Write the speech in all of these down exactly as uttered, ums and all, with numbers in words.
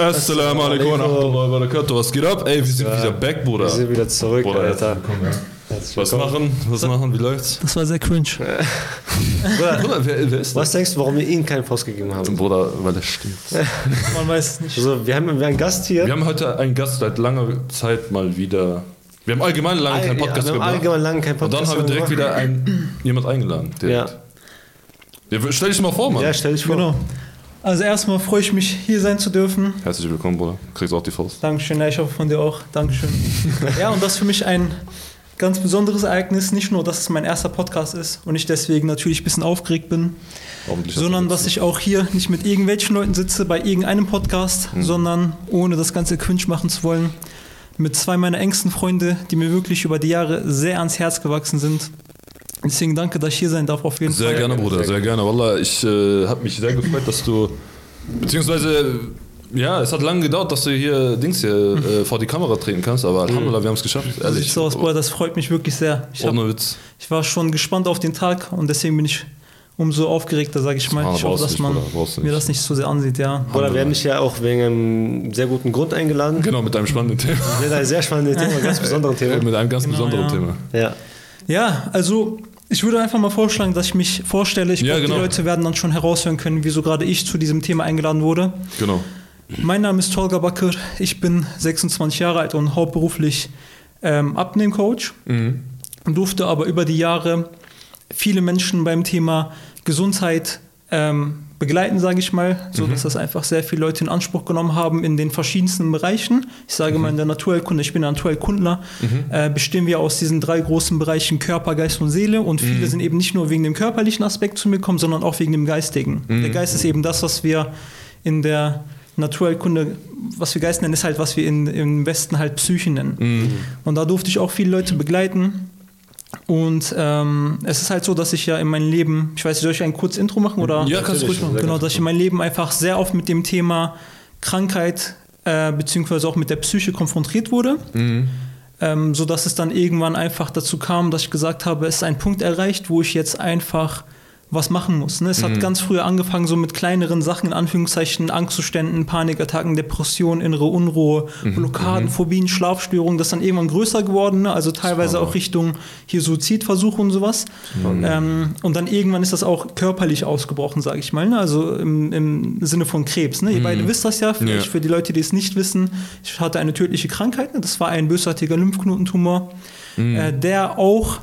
Assalamu alaikum wa rahmatullahi wa barakatuh. Was geht ab? Ey, wir sind ja. wieder back, Bruder. Wir sind wieder zurück, Bruder, Alter. Was machen? Was machen? Wie läuft's? Das war sehr cringe. Bruder, Bruder wer, wer ist was das? Denkst du, warum wir ihnen keinen Post gegeben haben? Bruder, weil er stimmt. Man weiß es nicht. Also, wir haben wir haben einen Gast hier. Wir haben heute einen Gast seit langer Zeit mal wieder. Wir haben allgemein lange keinen Podcast ja, wir haben gemacht. allgemein lange keinen Podcast Und dann haben wir direkt wieder einen, jemand eingeladen. Direkt. Ja. ja. Stell dich mal vor, Mann. Ja, stell dich vor. Genau. Also erstmal freue ich mich, hier sein zu dürfen. Herzlich willkommen, Bruder. Du kriegst auch die Faust. Dankeschön, ja, ich hoffe von dir auch. Dankeschön. Ja, und das ist für mich ein ganz besonderes Ereignis. Nicht nur, dass es mein erster Podcast ist und ich deswegen natürlich ein bisschen aufgeregt bin, sondern dass ich auch hier nicht mit irgendwelchen Leuten sitze bei irgendeinem Podcast, mhm. sondern ohne das Ganze cringe machen zu wollen, mit zwei meiner engsten Freunde, die mir wirklich über die Jahre sehr ans Herz gewachsen sind. Deswegen danke, dass ich hier sein darf, auf jeden sehr Fall. Sehr gerne, Bruder, sehr, sehr gerne. Wallah, ich äh, habe mich sehr gefreut, dass du, beziehungsweise, ja, es hat lange gedauert, dass du hier Dings hier äh, vor die Kamera treten kannst, aber Alhamdulillah, wir haben es geschafft, ehrlich. Das sieht so aus, Bruder, das freut mich wirklich sehr. Ich Ohne hab, Witz. Ich war schon gespannt auf den Tag und deswegen bin ich umso aufgeregter, sage ich mal. Ah, ich hoffe, dass nicht, man Bruder, mir das nicht so sehr ansieht, ja. Bruder, wir haben dich ja auch wegen einem sehr guten Grund eingeladen. Genau, mit einem spannenden Thema. Mit einem sehr spannenden Thema, ganz besonderen Thema. Mit einem ganz genau, besonderen ja. Thema. Ja. Ja, also ich würde einfach mal vorschlagen, dass ich mich vorstelle. Ich ja, glaube, genau. die Leute werden dann schon heraushören können, wieso gerade ich zu diesem Thema eingeladen wurde. Genau. Mein Name ist Tolga Bakır, ich bin sechsundzwanzig Jahre alt und hauptberuflich ähm, Abnehmcoach. Mhm. Durfte aber über die Jahre viele Menschen beim Thema Gesundheit ähm, begleiten, sage ich mal, so dass mhm. das einfach sehr viele Leute in Anspruch genommen haben in den verschiedensten Bereichen. Ich sage mhm. mal in der Naturheilkunde, ich bin ein Naturheilkundler, mhm. äh, bestehen wir aus diesen drei großen Bereichen Körper, Geist und Seele und viele mhm. sind eben nicht nur wegen dem körperlichen Aspekt zu mir gekommen, sondern auch wegen dem geistigen. Mhm. Der Geist ist eben das, was wir in der Naturheilkunde, was wir Geist nennen, ist halt, was wir in, im Westen halt Psyche nennen. Mhm. Und da durfte ich auch viele Leute begleiten. Und ähm, es ist halt so, dass ich ja in meinem Leben, ich weiß nicht, soll ich ein kurzes Intro machen? Oder? Ja, kannst du ruhig machen. Genau, dass ich in meinem Leben einfach sehr oft mit dem Thema Krankheit äh, beziehungsweise auch mit der Psyche konfrontiert wurde. Mhm. Ähm, sodass es dann irgendwann einfach dazu kam, dass ich gesagt habe, es ist ein Punkt erreicht, wo ich jetzt einfach was machen muss. Ne? Es mhm. hat ganz früh angefangen, so mit kleineren Sachen, in Anführungszeichen, Angstzuständen, Panikattacken, Depressionen, innere Unruhe, mhm. Blockaden, mhm. Phobien, Schlafstörungen. Das ist dann irgendwann größer geworden, ne? Also teilweise auch Richtung hier Suizidversuche und sowas. Mhm. Ähm, und dann irgendwann ist das auch körperlich ausgebrochen, sage ich mal. Ne? Also im, im Sinne von Krebs. Ne? Ihr mhm. beide wisst das ja, vielleicht ja. für die Leute, die es nicht wissen. Ich hatte eine tödliche Krankheit. Ne? Das war ein bösartiger Lymphknotentumor, mhm. äh, der auch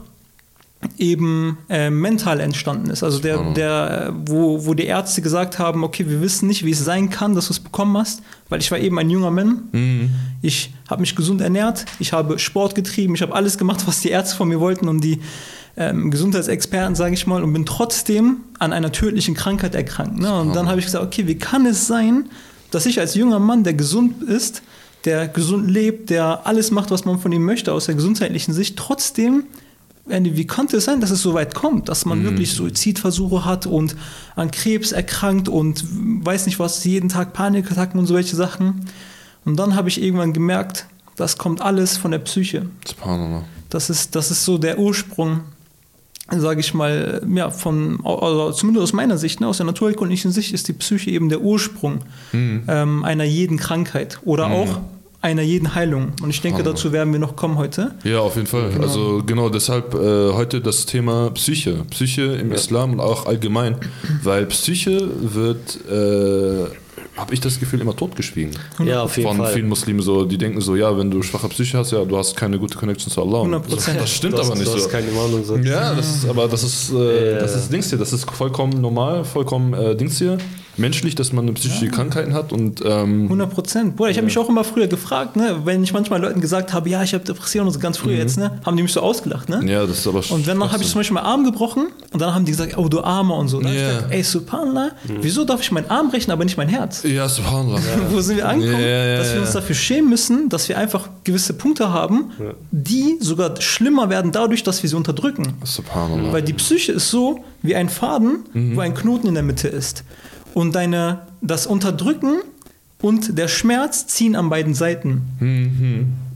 eben äh, mental entstanden ist. Also der, der, wo, wo die Ärzte gesagt haben, okay, wir wissen nicht, wie es sein kann, dass du es bekommen hast, weil ich war eben ein junger Mann. Mhm. Ich habe mich gesund ernährt, ich habe Sport getrieben, ich habe alles gemacht, was die Ärzte von mir wollten und die ähm, Gesundheitsexperten, sage ich mal, und bin trotzdem an einer tödlichen Krankheit erkrankt. Ne? Und dann habe ich gesagt, okay, wie kann es sein, dass ich als junger Mann, der gesund ist, der gesund lebt, der alles macht, was man von ihm möchte, aus der gesundheitlichen Sicht, trotzdem wie konnte es sein, dass es so weit kommt, dass man mm. wirklich Suizidversuche hat und an Krebs erkrankt und weiß nicht was, jeden Tag Panikattacken und solche Sachen. Und dann habe ich irgendwann gemerkt, das kommt alles von der Psyche. Das ist, das ist so der Ursprung, sage ich mal, ja, von, also zumindest aus meiner Sicht, ne, aus der naturheilkundlichen Sicht ist die Psyche eben der Ursprung mm. ähm, einer jeden Krankheit oder mm. auch einer jeden Heilung. Und ich denke, dazu werden wir noch kommen heute. Ja, auf jeden Fall. Genau. Also genau deshalb äh, heute das Thema Psyche. Psyche im ja. Islam und auch allgemein. Weil Psyche wird, äh, habe ich das Gefühl, immer totgeschwiegen. Ja, auf jeden Von Fall. vielen Muslimen so, die denken so, ja, wenn du schwache Psyche hast, ja, du hast keine gute Connection zu Allah. hundert Prozent. Das stimmt das, aber nicht das so. Das ist keine Meinung so. Ja, das ist, aber das ist, äh, ja. das ist Dings hier, das ist vollkommen normal, vollkommen äh, Dings hier. Menschlich, dass man eine psychische ja. Krankheiten hat und ähm, hundert Prozent. Bruder, ich habe ja. mich auch immer früher gefragt, ne, wenn ich manchmal Leuten gesagt habe, ja, ich habe Depressionen und so ganz früh mhm. jetzt, ne, haben die mich so ausgelacht, ne? Ja, das ist aber und wenn dann habe ich zum Beispiel meinen Arm gebrochen und dann haben die gesagt, oh, du Armer und so. Dann yeah. habe ich gesagt, ey, Subhanallah, mhm. wieso darf ich meinen Arm brechen, aber nicht mein Herz? Ja, Subhanallah. Ja. Wo sind wir angekommen? Ja, ja, ja, dass wir uns dafür schämen müssen, dass wir einfach gewisse Punkte haben, ja. die sogar schlimmer werden dadurch, dass wir sie unterdrücken. Subhanallah. Weil die Psyche ist so wie ein Faden, mhm. wo ein Knoten in der Mitte ist. Und deine, das Unterdrücken und der Schmerz ziehen an beiden Seiten. Mhm.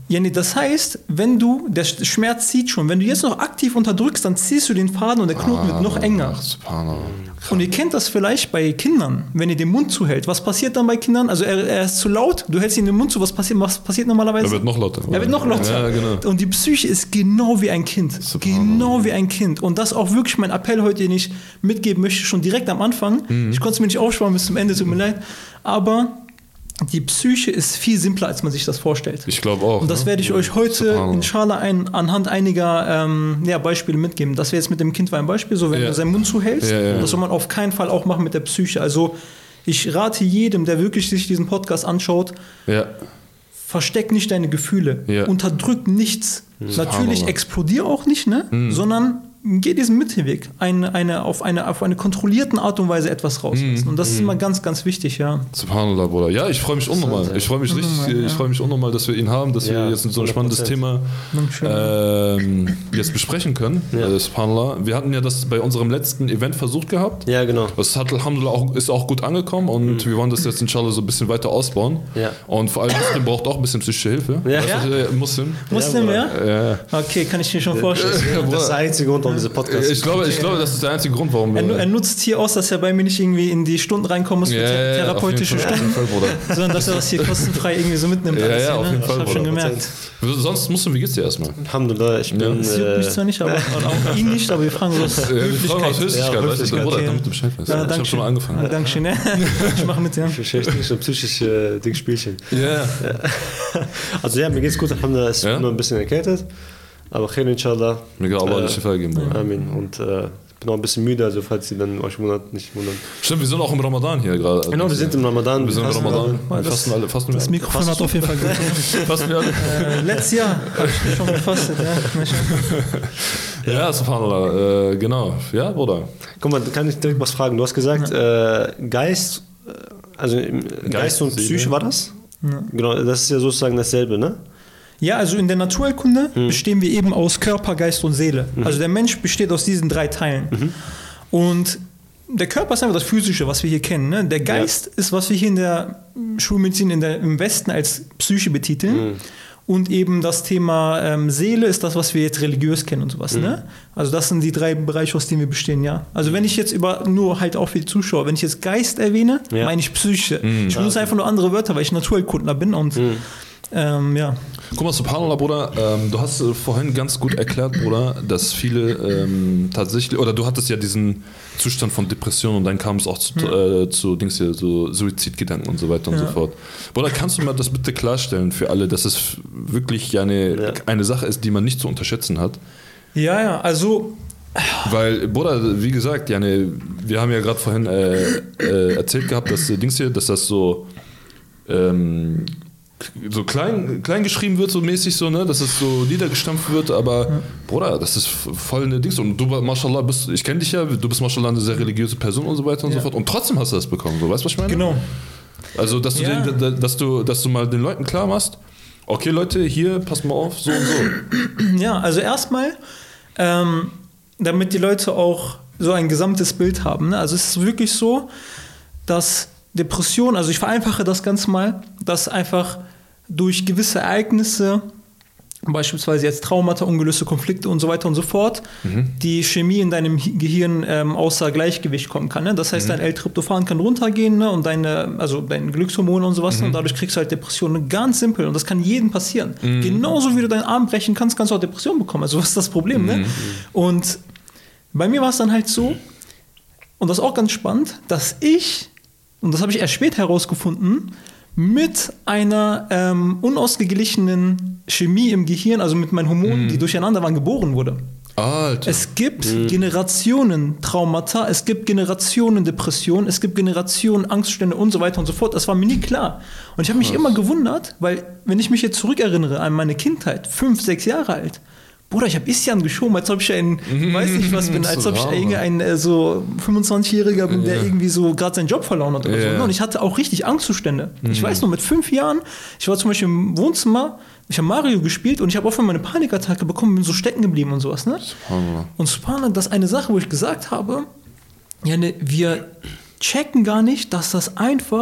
Ja, nee, das heißt, wenn du, der Schmerz zieht schon, wenn du jetzt noch aktiv unterdrückst, dann ziehst du den Faden und der Knoten ah, wird noch enger. Ach, und ihr kennt das vielleicht bei Kindern, wenn ihr den Mund zuhält. Was passiert dann bei Kindern? Also er, er ist zu laut, du hältst ihn den Mund zu, was passiert, was passiert normalerweise? Er wird noch lauter. Er wird noch lauter. Ja, genau. Und die Psyche ist genau wie ein Kind. Genau wie ein Kind. Und das ist auch wirklich mein Appell heute, den ich mitgeben möchte, schon direkt am Anfang. Mhm. Ich konnte es mir nicht aufsparen bis zum Ende, tut mir leid. Aber die Psyche ist viel simpler, als man sich das vorstellt. Ich glaube auch. Und das ne? werde ich euch heute inshallah ein, anhand einiger ähm, ja, Beispiele mitgeben. Das wäre jetzt mit dem Kind war ein Beispiel, so wenn ja. du seinen Mund zuhältst. Ja, ja. Das soll man auf keinen Fall auch machen mit der Psyche. Also ich rate jedem, der wirklich sich diesen Podcast anschaut, ja. versteck nicht deine Gefühle. Ja. Unterdrück nichts. Mhm. Natürlich explodier auch nicht, ne? Mhm. Sondern geh diesen Mittelweg, eine, eine, auf, eine, auf eine kontrollierten Art und Weise etwas rauslassen. Mm, und das mm. ist immer ganz, ganz wichtig, ja. Subhanallah, Bruder. Ja, ich freue mich unnormal. Ich freue mich richtig, ja. ich freue mich unnormal, dass wir ihn haben, dass ja, wir jetzt so ein spannendes Thema ähm, jetzt besprechen können. Ja. Äh, Subhanallah. Wir hatten ja das bei unserem letzten Event versucht gehabt. Ja, genau. Das hat Alhamdulillah auch, ist auch gut angekommen und mm. wir wollen das jetzt inshallah so ein bisschen weiter ausbauen. Ja. Und vor allem Muslim braucht auch ein bisschen psychische Hilfe. Ja. Weißt, ja. Muslim. Muslim, ja? ja? Okay, kann ich dir schon vorstellen. Das ist der einzige Grund, diese Podcast. Ich glaube, ich glaube, das ist der einzige Grund, warum er, er nutzt hier aus, dass er bei mir nicht irgendwie in die Stunden reinkommen muss für yeah, thera- therapeutische Fall, Stunden, Fall, sondern dass er das hier kostenfrei irgendwie so mitnimmt. Ja, ja, hier, auf jeden ne? Fall. Ich habe schon gemerkt. Sonst musst du, wie geht's dir erstmal? Alhamdulillah, ich bin... Ja. Das juckt mich zwar nicht, aber auch ihn nicht, aber wir fragen aus ja, Höflichkeit. Wir fragen aus Höflichkeit, ja, weißt du, Bruder, okay. damit du Bescheid weißt. Ja, ich habe schon mal angefangen. Ja, Dankeschön, ja. Ich mache mit dir. Ich verstehe nicht so psychische Dingspielchen. Ja. Also ja, mir geht's gut, Alhamdulillah, ich bin nur ein bisschen erkältet. Aber khair inshallah. Mir geht Allah nicht Fall geben. Amen. Und äh, ich bin auch ein bisschen müde, also falls Sie dann euch wundert, nicht wundern. Stimmt, wir sind auch im Ramadan hier gerade. Genau, wir sind im Ramadan. Wir sind im Ramadan. Wir fasten alle. Fasten das Mikrofon fast hat auf jeden Fall gut. Fasten wir alle? Äh, letztes Jahr habe ich schon gefastet, ja. Ja, subhanallah. Äh, genau. Ja, Bruder. Guck mal, kann ich direkt was fragen? Du hast gesagt, ja. äh, Geist, also Geist, Geist und Psyche Seele. War das? Ja. Genau, das ist ja sozusagen dasselbe, ne? Ja, also in der Naturheilkunde mhm. bestehen wir eben aus Körper, Geist und Seele. Mhm. Also der Mensch besteht aus diesen drei Teilen. Mhm. Und der Körper ist einfach das Physische, was wir hier kennen. Ne? Der Geist ja. ist, was wir hier in der Schulmedizin in der, im Westen als Psyche betiteln. Mhm. Und eben das Thema ähm, Seele ist das, was wir jetzt religiös kennen und sowas. Mhm. Ne? Also das sind die drei Bereiche, aus denen wir bestehen, ja. Also wenn ich jetzt über, nur halt auch für die Zuschauer, wenn ich jetzt Geist erwähne, ja. meine ich Psyche. Mhm. Ich benutze einfach nur andere Wörter, weil ich Naturheilkundler bin und mhm. ähm, ja. Guck mal, Subhanallah, Bruder, ähm, du hast äh, vorhin ganz gut erklärt, Bruder, dass viele ähm, tatsächlich, oder du hattest ja diesen Zustand von Depression und dann kam es auch zu, ja. äh, zu Dings hier, so Suizidgedanken und so weiter und ja. so fort. Bruder, kannst du mal das bitte klarstellen für alle, dass es wirklich eine, ja. eine Sache ist, die man nicht zu unterschätzen hat? Ja, ja, also... Weil, Bruder, wie gesagt, Jane, wir haben ja gerade vorhin äh, äh, erzählt gehabt, dass äh, Dings hier, dass das so... Ähm, so klein, klein geschrieben wird, so mäßig so, ne, dass es so niedergestampft wird, aber ja. Bruder, das ist voll eine Dings und du, Mashallah, bist, ich kenne dich ja, du bist Mashallah eine sehr religiöse Person und so weiter und ja. so fort und trotzdem hast du das bekommen, so, weißt du, was ich meine? Genau. Also, dass du, ja. den, dass du, dass du mal den Leuten klar machst, okay Leute, hier, passt mal auf, so und so. Ja, also erstmal, ähm, damit die Leute auch so ein gesamtes Bild haben, ne? Also es ist wirklich so, dass Depression, also ich vereinfache das Ganze mal, dass einfach durch gewisse Ereignisse, beispielsweise jetzt Traumata, ungelöste Konflikte und so weiter und so fort, mhm. die Chemie in deinem Gehirn ähm, außer Gleichgewicht kommen kann. Ne? Das heißt, mhm. dein L-Tryptophan kann runtergehen, ne? Und deine, also dein Glückshormon und sowas, mhm. und dadurch kriegst du halt Depressionen. Ganz simpel und das kann jedem passieren. Mhm. Genauso wie du deinen Arm brechen kannst, kannst du auch Depressionen bekommen. Also was ist das Problem? Mhm. Ne? Und bei mir war es dann halt so, und das ist auch ganz spannend, dass ich, und das habe ich erst spät herausgefunden, mit einer ähm, unausgeglichenen Chemie im Gehirn, also mit meinen Hormonen, mm. die durcheinander waren, geboren wurde. Alter. Es gibt mm. Generationen Traumata, es gibt Generationen Depressionen, es gibt Generationen Angstzustände und so weiter und so fort. Das war mir nie klar. Und ich habe mich Was? immer gewundert, weil, wenn ich mich jetzt zurückerinnere an meine Kindheit, fünf, sechs Jahre alt, Bruder, ich habe Isyan geschoben, als ob ich ein, mhm. weiß nicht was bin, als ob ich ein, ein, ein so fünfundzwanzigjähriger bin, der ja. irgendwie so gerade seinen Job verloren hat oder ja. so. Und ich hatte auch richtig Angstzustände. Mhm. Ich weiß noch, mit fünf Jahren, ich war zum Beispiel im Wohnzimmer, ich habe Mario gespielt und ich habe auch von meine Panikattacke bekommen, bin so stecken geblieben und sowas. Ne? Subhanallah. Und Subhanallah, das ist eine Sache, wo ich gesagt habe, ja, ne, wir checken gar nicht, dass das einfach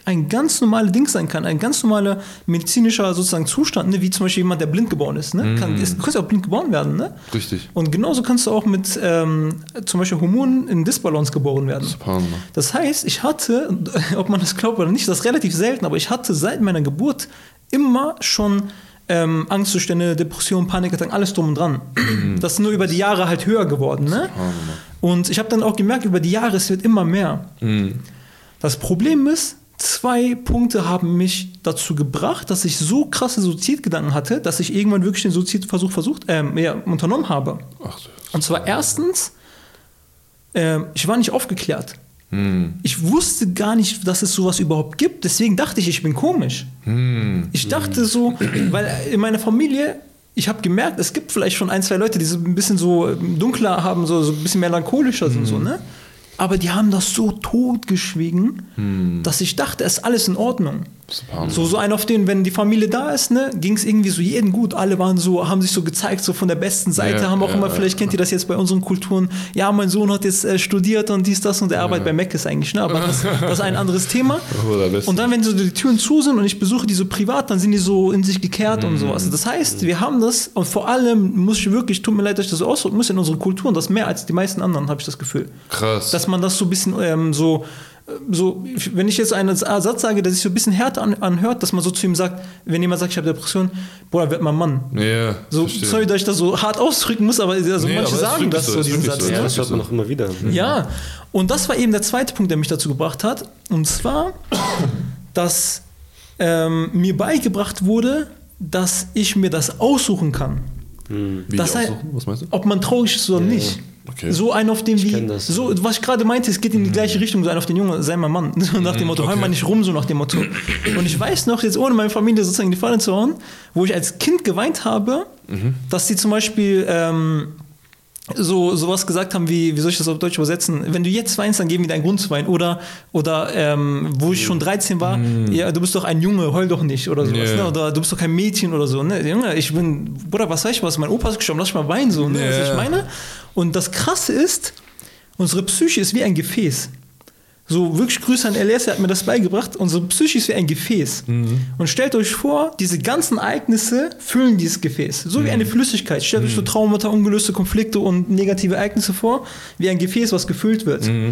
ein ganz normaler Ding sein kann, ein ganz normaler medizinischer sozusagen Zustand, ne? Wie zum Beispiel jemand, der blind geboren ist. Ne? Mm. Kann, ist du kannst ja auch blind geboren werden. Ne? Richtig. Und genauso kannst du auch mit ähm, zum Beispiel Hormonen in Disbalance geboren werden. Super. Das heißt, ich hatte, ob man das glaubt oder nicht, das ist relativ selten, aber ich hatte seit meiner Geburt immer schon ähm, Angstzustände, Depressionen, Panikattacken, alles drum und dran. Mm. Das ist nur über die Jahre halt höher geworden. Ne? Und ich habe dann auch gemerkt, über die Jahre, es wird immer mehr. Mm. Das Problem ist, zwei Punkte haben mich dazu gebracht, dass ich so krasse Suizidgedanken hatte, dass ich irgendwann wirklich den Suizidversuch versucht, ähm, ja, unternommen habe. Ach, und zwar erstens, äh, ich war nicht aufgeklärt. Hm. Ich wusste gar nicht, dass es sowas überhaupt gibt. Deswegen dachte ich, ich bin komisch. Hm. Ich dachte so, weil in meiner Familie, ich habe gemerkt, es gibt vielleicht schon ein, zwei Leute, die so ein bisschen so dunkler haben, so, so ein bisschen melancholischer sind, hm. so, ne? Aber die haben das so totgeschwiegen, hm. dass ich dachte, es ist alles in Ordnung. So, so ein auf den, wenn die Familie da ist, ne, ging es irgendwie so jedem gut. Alle waren so, haben sich so gezeigt, so von der besten Seite, ja, haben auch ja, immer, vielleicht ja. kennt ihr das jetzt bei unseren Kulturen, ja, mein Sohn hat jetzt äh, studiert und dies, das und der ja. arbeitet bei Mc's eigentlich, ne, aber das, das ist ein anderes Thema. Und dann, wenn so die Türen zu sind und ich besuche die so privat, dann sind die so in sich gekehrt mhm. und sowas. Also das heißt, wir haben das, und vor allem muss ich wirklich, tut mir leid, dass ich das so ausdrücken muss, in unseren Kulturen, das mehr als die meisten anderen, habe ich das Gefühl. Krass. Dass man das so ein bisschen ähm, so So, wenn ich jetzt einen Satz sage, der sich so ein bisschen härter an, anhört, dass man so zu ihm sagt, wenn jemand sagt, ich habe Depression, boah, wird man Mann. Ja, so, sorry, dass ich das so hart ausdrücken muss, aber also nee, manche aber sagen das so, so diesen Satz. So, ja. Das hört man auch immer wieder. Ja, und das war eben der zweite Punkt, der mich dazu gebracht hat. Und zwar, dass ähm, mir beigebracht wurde, dass ich mir das aussuchen kann. Hm. Wie das heißt, aussuchen? Was meinst du? Ob man traurig ist oder ja. nicht. Okay. So ein auf dem, wie, so, was ich gerade meinte, es geht in die gleiche Richtung, so ein auf den Jungen, sei mal Mann, so nach dem Motto, okay. heul mal nicht rum, so nach dem Motto. Und ich weiß noch, jetzt ohne meine Familie sozusagen die Falle zu hauen, wo ich als Kind geweint habe, mhm. dass sie zum Beispiel ähm, so sowas gesagt haben wie, wie soll ich das auf Deutsch übersetzen, wenn du jetzt weinst, dann geben wir dir einen Grund zu weinen. Oder, oder ähm, wo ich schon dreizehn war, mm. ja, du bist doch ein Junge, heul doch nicht oder sowas. Yeah. Ne? Oder du bist doch kein Mädchen oder so. Ne? Junge, ich bin, Bruder, was weiß ich was, mein Opa ist gestorben, lass mich mal weinen. So, ne? Yeah. Was ich meine? Und das Krasse ist, unsere Psyche ist wie ein Gefäß. So, wirklich Grüße an L S, er hat mir das beigebracht. Unsere Psyche ist wie ein Gefäß. Mhm. Und stellt euch vor, diese ganzen Ereignisse füllen dieses Gefäß. So mhm. wie eine Flüssigkeit. Stellt mhm. euch so Traumata, ungelöste Konflikte und negative Ereignisse vor, wie ein Gefäß, was gefüllt wird. Mhm.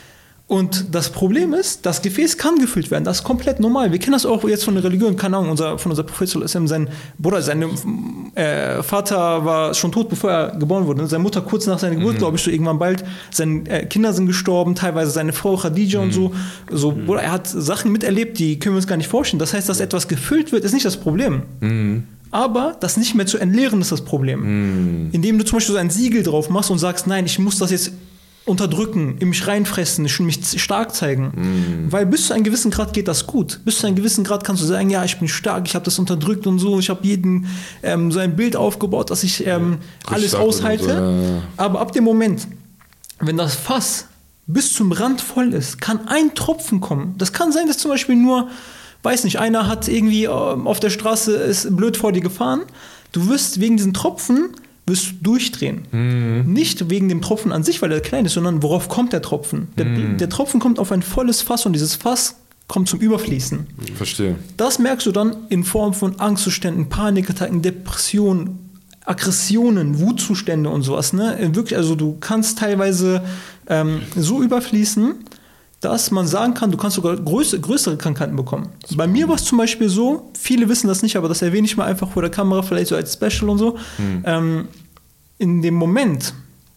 Und das Problem ist, das Gefäß kann gefüllt werden. Das ist komplett normal. Wir kennen das auch jetzt von der Religion. Keine Ahnung, unser, von unser Prophet, sein Bruder, sein äh, Vater war schon tot, bevor er geboren wurde. Seine Mutter kurz nach seiner Geburt, mhm. glaube ich, so irgendwann bald. Seine äh, Kinder sind gestorben, teilweise seine Frau Khadija mhm. und so. so mhm. Bruder, er hat Sachen miterlebt, die können wir uns gar nicht vorstellen. Das heißt, dass etwas gefüllt wird, ist nicht das Problem. Mhm. Aber das nicht mehr zu entleeren, ist das Problem. Mhm. Indem du zum Beispiel so ein Siegel drauf machst und sagst, nein, ich muss das jetzt unterdrücken, in mich reinfressen, mich stark zeigen. Mm. Weil bis zu einem gewissen Grad geht das gut. Bis zu einem gewissen Grad kannst du sagen, ja, ich bin stark, ich habe das unterdrückt und so, ich habe jeden ähm, so ein Bild aufgebaut, dass ich ähm, alles aushalte. So, ja. Aber ab dem Moment, wenn das Fass bis zum Rand voll ist, kann ein Tropfen kommen. Das kann sein, dass zum Beispiel nur, weiß nicht, einer hat irgendwie ähm, auf der Straße ist blöd vor dir gefahren. Du wirst wegen diesen Tropfen wirst du durchdrehen. Mhm. Nicht wegen dem Tropfen an sich, weil er klein ist, sondern worauf kommt der Tropfen? Der, mhm. der Tropfen kommt auf ein volles Fass und dieses Fass kommt zum Überfließen. Verstehe. Das merkst du dann in Form von Angstzuständen, Panikattacken, Depressionen, Aggressionen, Wutzustände und sowas. Ne? Wirklich, also du kannst teilweise ähm, so überfließen, dass man sagen kann, du kannst sogar größere, größere Krankheiten bekommen. Bei mir war es zum Beispiel so, viele wissen das nicht, aber das erwähne ich mal einfach vor der Kamera, vielleicht so als Special und so. Hm. Ähm, in dem Moment,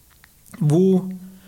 wo,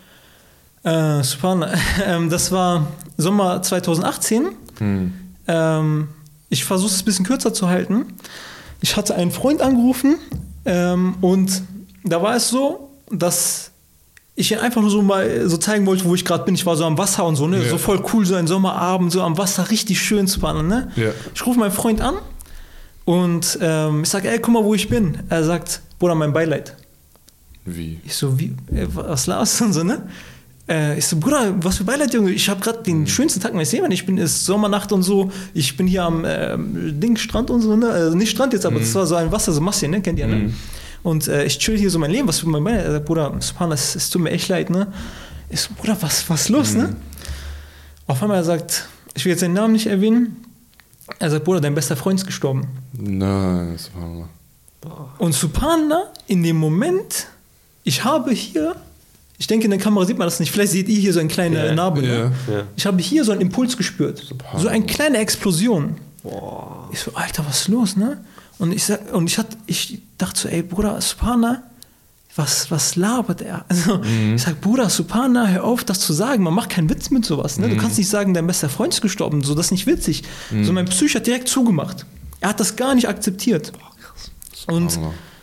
äh, äh, das war Sommer zwanzig achtzehn, hm. ähm, ich versuche es ein bisschen kürzer zu halten. Ich hatte einen Freund angerufen ähm, und da war es so, dass ich ihn einfach nur so mal so zeigen wollte, wo ich gerade bin. Ich war so am Wasser und so, ne? Ja. So voll cool, so ein Sommerabend, so am Wasser, richtig schön zu fahren, ne? Ja. Ich rufe meinen Freund an und ähm, ich sage, ey, guck mal, wo ich bin. Er sagt, Bruder, mein Beileid. Wie? Ich so, wie, äh, was las und so, ne? Äh, ich so, Bruder, was für Beileid, Junge? Ich habe gerade den mhm. schönsten Tag meines Lebens. Ich bin, es ist Sommernacht und so. Ich bin hier am äh, Ding, Strand und so, ne? Also nicht Strand jetzt, aber mhm. das war so ein Wasser, so Masse, ne? Kennt ihr, ne? Mhm. Und äh, ich chill hier so mein Leben, was für mein Bein. Er sagt, Bruder, es, es tut mir echt leid, ne? Ich so, Bruder, was, was los, mhm. ne? Auf einmal er sagt, ich will jetzt seinen Namen nicht erwähnen, er sagt, Bruder, dein bester Freund ist gestorben. Nein, subhanallah. Und subhanallah, in dem Moment, ich habe hier, ich denke, in der Kamera sieht man das nicht, vielleicht seht ihr hier so eine kleine yeah. Narbe. Ne? Yeah. Yeah. Ich habe hier so einen Impuls gespürt. Subhanallah. So eine kleine Explosion. Wow. Ich so, Alter, was ist los, ne? Und ich, sag, und ich, hat, ich dachte so, ey, Bruder, subhanallah, was, was labert er? Also, mhm. ich sag, Bruder, subhanallah, hör auf, das zu sagen. Man macht keinen Witz mit sowas. Ne? Mhm. Du kannst nicht sagen, dein bester Freund ist gestorben. So, das ist nicht witzig. Mhm. So, mein Psych hat direkt zugemacht. Er hat das gar nicht akzeptiert. Und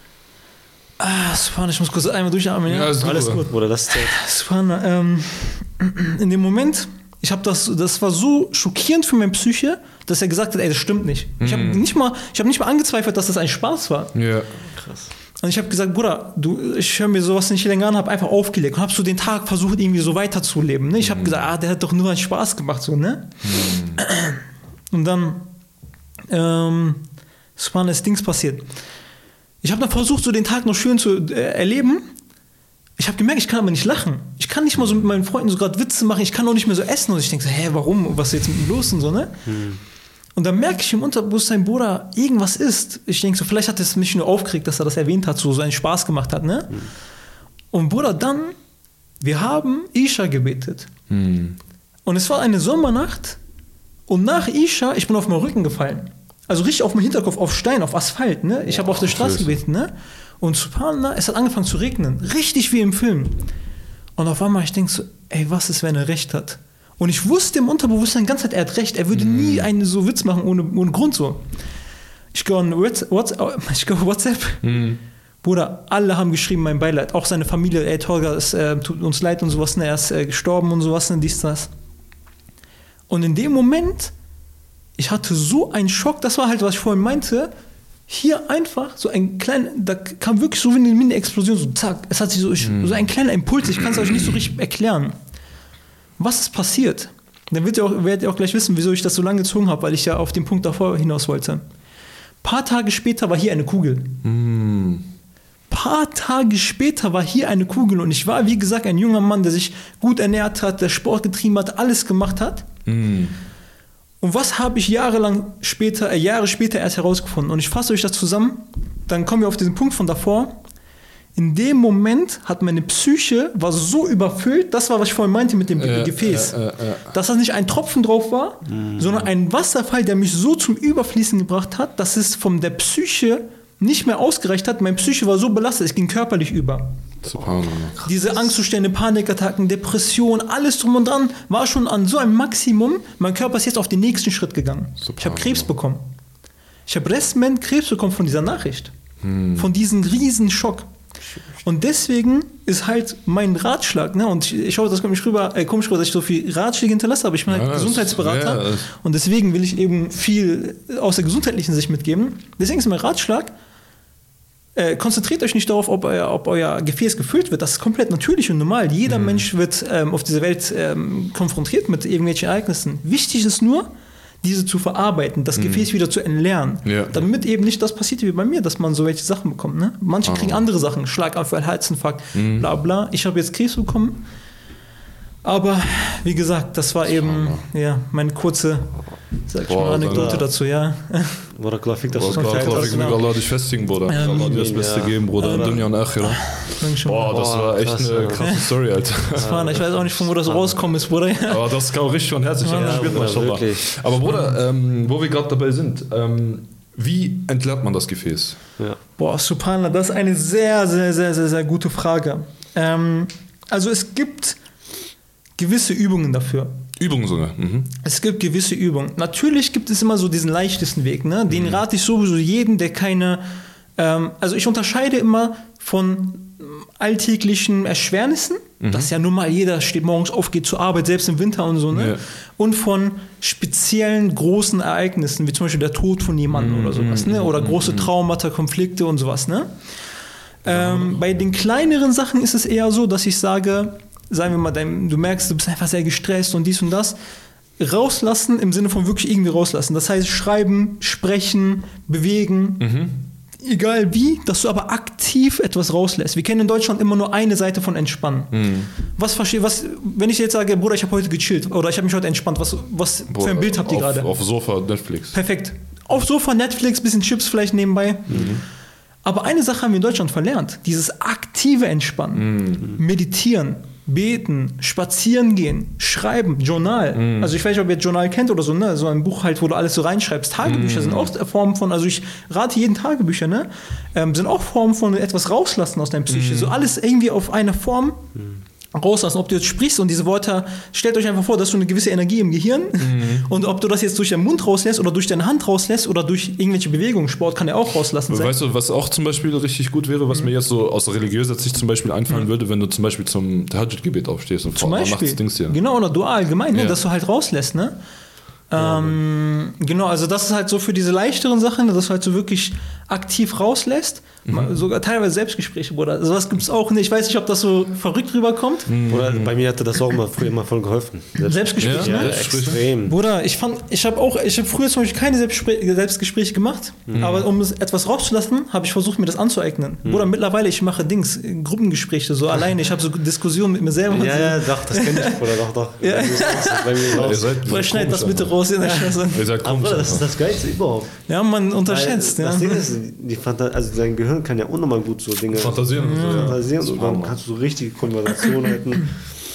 ah, subhanallah, ich muss kurz einmal durchatmen. Ja, ja alles gut, Bruder, das ist subhanallah, ähm, in dem Moment, ich habe das, das war so schockierend für mein Psyche, dass er gesagt hat, ey, das stimmt nicht. Mhm. Ich habe nicht mal, ich habe nicht mal angezweifelt, dass das ein Spaß war. Ja, krass. Und ich habe gesagt, Bruder, du, ich höre mir sowas nicht länger an, habe einfach aufgelegt und habe so den Tag versucht, irgendwie so weiterzuleben. Ne? Ich habe mhm. gesagt, ah, der hat doch nur einen Spaß gemacht. So, ne? Mhm. Und dann ähm, ist mal das Dings passiert. Ich habe dann versucht, so den Tag noch schön zu äh, erleben. Ich habe gemerkt, ich kann aber nicht lachen. Ich kann nicht mal so mit meinen Freunden so gerade Witze machen. Ich kann auch nicht mehr so essen. Und ich denke so, hä, warum? Was ist jetzt mit mir los? Und so, ne? Mhm. Und dann merke ich im Unterbewusstsein, Bruder, irgendwas ist. Ich denke so, vielleicht hat es mich nur aufgeregt, dass er das erwähnt hat, so, so einen Spaß gemacht hat, ne? Mhm. Und Bruder, dann, wir haben Isha gebetet. Mhm. Und es war eine Sommernacht. Und nach Isha, ich bin auf meinen Rücken gefallen. Also richtig auf meinen Hinterkopf, auf Stein, auf Asphalt, ne? Ich habe auf der Straße gebetet, ne? Und subhanallah, es hat angefangen zu regnen. Richtig wie im Film. Und auf einmal, ich denke so, ey, was ist, wenn er recht hat? Und ich wusste im Unterbewusstsein die ganze Zeit, er hat recht. Er würde mm. nie einen so Witz machen ohne, ohne Grund so. Ich gehe auf WhatsApp. Ich gehe auf WhatsApp. Mm. Bruder, alle haben geschrieben, mein Beileid. Auch seine Familie, ey, Tolga, es äh, tut uns leid und sowas. Ne, er ist äh, gestorben und sowas, ne, dies, das. Und in dem Moment, ich hatte so einen Schock. Das war halt, was ich vorhin meinte. Hier einfach so ein kleiner, da kam wirklich so wie eine Mini-Explosion, so zack. Es hat sich so, ich, mm. so ein kleiner Impuls. Ich kann es euch nicht so richtig erklären. Was ist passiert? Dann werdet ihr, auch, werdet ihr auch gleich wissen, wieso ich das so lange gezogen habe, weil ich ja auf den Punkt davor hinaus wollte. Ein paar Tage später war hier eine Kugel. Ein mm. paar Tage später war hier eine Kugel und ich war, wie gesagt, ein junger Mann, der sich gut ernährt hat, der Sport getrieben hat, alles gemacht hat. Mm. Und was habe ich jahrelang später, äh, Jahre später erst herausgefunden? Und ich fasse euch das zusammen, dann kommen wir auf diesen Punkt von davor. In dem Moment hat meine Psyche, war so überfüllt, das war, was ich vorhin meinte mit dem äh, Gefäß, äh, äh, äh. dass das nicht ein Tropfen drauf war, mhm. sondern ein Wasserfall, der mich so zum Überfließen gebracht hat, dass es von der Psyche nicht mehr ausgereicht hat. Meine Psyche war so belastet, es ging körperlich über. Super. Diese Angstzustände, Panikattacken, Depression, alles drum und dran war schon an so einem Maximum. Mein Körper ist jetzt auf den nächsten Schritt gegangen. Super. Ich habe Krebs bekommen. Ich habe Restment Krebs bekommen von dieser Nachricht. Hm. Von diesem riesen Schock. Und deswegen ist halt mein Ratschlag, ne, und ich, ich hoffe, das kommt nicht rüber, äh, komisch rüber, dass ich so viel Ratschläge hinterlasse, aber ich bin halt ja, Gesundheitsberater ja, und deswegen will ich eben viel aus der gesundheitlichen Sicht mitgeben. Deswegen ist mein Ratschlag, äh, konzentriert euch nicht darauf, ob euer, ob euer Gefäß gefüllt wird. Das ist komplett natürlich und normal. Jeder mhm. Mensch wird ähm, auf dieser Welt ähm, konfrontiert mit irgendwelchen Ereignissen. Wichtig ist nur, diese zu verarbeiten, das mhm. Gefäß wieder zu entleeren. Ja. Damit eben nicht das passiert wie bei mir, dass man so welche Sachen bekommt. Ne? Manche oh. kriegen andere Sachen, Schlaganfall, Herzinfarkt, mhm. bla bla. Ich habe jetzt Krebs bekommen. Aber wie gesagt, das war eben ja, meine kurze, sag ich Boah, mal, Anekdote dazu, ja. Bruder, klar, fick das schon klar, klar, genau. Allah dich festigen, Bruder. Ja, Allah dir das Beste ja. geben, Bruder. Ja, Dunya und Akhira. Boah, das war echt krass, eine krasse Story, Alter. Das war, ich weiß auch nicht, von wo das rauskommen ist, Bruder. Aber das kam richtig von Herzen. Ja, Bruder, aber Bruder, ähm, wo wir gerade dabei sind, ähm, wie entleert man das Gefäß? Ja. Boah, Subhanallah, das ist eine sehr, sehr, sehr, sehr, sehr gute Frage. Ähm, also es gibt gewisse Übungen dafür. Übungen sogar. Mhm. Es gibt gewisse Übungen. Natürlich gibt es immer so diesen leichtesten Weg. Ne? Den mhm. rate ich sowieso jedem, der keine... Ähm, also ich unterscheide immer von alltäglichen Erschwernissen, mhm. dass ja nun mal jeder steht morgens auf, geht zur Arbeit, selbst im Winter und so. Ne? Ja. Und von speziellen großen Ereignissen, wie zum Beispiel der Tod von jemandem mhm. oder sowas. Ne? Oder große Traumata, Konflikte und sowas. Ne? Ähm, bei den kleineren Sachen ist es eher so, dass ich sage... sagen wir mal, dein, du merkst, du bist einfach sehr gestresst und dies und das, rauslassen im Sinne von wirklich irgendwie rauslassen. Das heißt, schreiben, sprechen, bewegen, mhm. egal wie, dass du aber aktiv etwas rauslässt. Wir kennen in Deutschland immer nur eine Seite von Entspannen. Mhm. Was verstehe, was, wenn ich jetzt sage, Bruder, ich habe heute gechillt oder ich habe mich heute entspannt, was, was Boah, für ein Bild habt ihr gerade? Auf Sofa, Netflix. Perfekt. Auf Sofa, Netflix, bisschen Chips vielleicht nebenbei. Mhm. Aber eine Sache haben wir in Deutschland verlernt, dieses aktive Entspannen, mhm. Meditieren, beten, spazieren gehen, schreiben, Journal. Mm. Also ich weiß nicht, ob ihr Journal kennt oder so, ne? So ein Buch halt, wo du alles so reinschreibst. Tagebücher mm. sind auch Formen von, also ich rate jeden Tagebücher, ne? Ähm, sind auch Formen von etwas rauslassen aus deiner Psyche. Mm. So alles irgendwie auf eine Form mm. rauslassen. Ob du jetzt sprichst und diese Worte, stellt euch einfach vor, dass du eine gewisse Energie im Gehirn mm. und ob du das jetzt durch deinen Mund rauslässt oder durch deine Hand rauslässt oder durch irgendwelche Bewegungen, Sport kann ja auch rauslassen sein. Weißt du, was auch zum Beispiel richtig gut wäre, was mm. mir jetzt so aus religiöser Sicht zum Beispiel einfallen mm. würde, wenn du zum Beispiel zum Tahajjud-Gebet aufstehst und zum Beispiel, machst Dings hier. Genau, oder dual allgemein, ne? Ja. Dass du halt rauslässt, ne? Ähm, genau, also das ist halt so für diese leichteren Sachen, dass du halt so wirklich aktiv rauslässt. Mhm. Sogar teilweise Selbstgespräche, Bruder. Sowas gibt es auch nicht. Ich weiß nicht, ob das so verrückt rüberkommt. Mhm. Oder bei mir hatte das auch immer früher immer voll geholfen. Selbstgespräche, ja, ne? Extrem. Bruder, ich fand, ich habe auch, ich habe früher zum Beispiel keine Selbstgespräche, Selbstgespräche gemacht, mhm. aber um etwas rauszulassen, habe ich versucht, mir das anzueignen. Mhm. Bruder, mittlerweile, ich mache Dings, Gruppengespräche so alleine. Ich habe so Diskussionen mit mir selber. Ja, ja, doch, das kenne ich, Bruder, doch, doch. Ja. Bei mir raus. Bruder, schneid das bitte raus. Ja. Aber das ist das Geilste überhaupt. Ja, man unterschätzt. Weil, ja. Das Ding ist, die Fanta- also dein Gehirn kann ja unnormal gut so Dinge fantasieren. Ja. Fantasieren und dann kannst du so richtige Konversationen halten.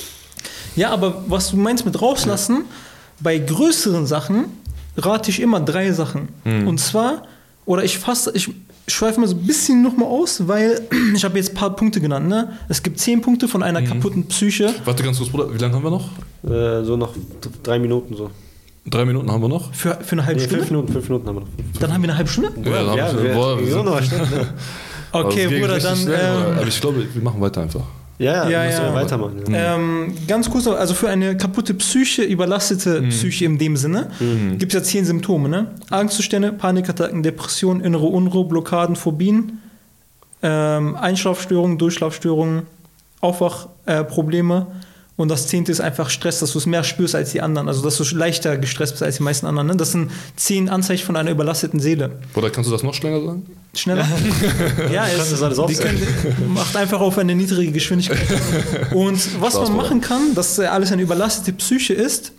Ja, aber was du meinst mit rauslassen, bei größeren Sachen rate ich immer drei Sachen. Mhm. Und zwar, oder ich fasse, ich schweife mal so ein bisschen nochmal aus, weil ich habe jetzt ein paar Punkte genannt. Ne? Es gibt zehn Punkte von einer mhm. kaputten Psyche. Warte ganz kurz, Bruder, wie lange haben wir noch? Äh, so noch drei Minuten so. Drei Minuten haben wir noch? Für, für eine halbe nee, Stunde? Fünf Minuten, fünf Minuten haben wir noch. Dann haben wir eine halbe Stunde? Ja, dann ja, haben wir, wir, wir, wir noch eine Stunde. Okay, Bruder, dann... Schnell, ähm, aber ich glaube, wir machen weiter einfach. Ja, ja, ja, ja. Wir weitermachen. Ja. Ähm, ganz kurz, also für eine kaputte Psyche, überlastete mhm. Psyche in dem Sinne, mhm. gibt es ja zehn Symptome. Ne? Angstzustände, Panikattacken, Depressionen, innere Unruhe, Blockaden, Phobien, ähm, Einschlafstörungen, Durchschlafstörungen, Aufwachprobleme. Äh, Und das zehnte ist einfach Stress, dass du es mehr spürst als die anderen. Also, dass du leichter gestresst bist als die meisten anderen. Ne? Das sind zehn Anzeichen von einer überlasteten Seele. Oder kannst du das noch schneller sagen? Schneller? Ja, es das alles die können, macht einfach auf eine niedrige Geschwindigkeit. Und was Spaß, man machen kann, dass alles eine überlastete Psyche ist,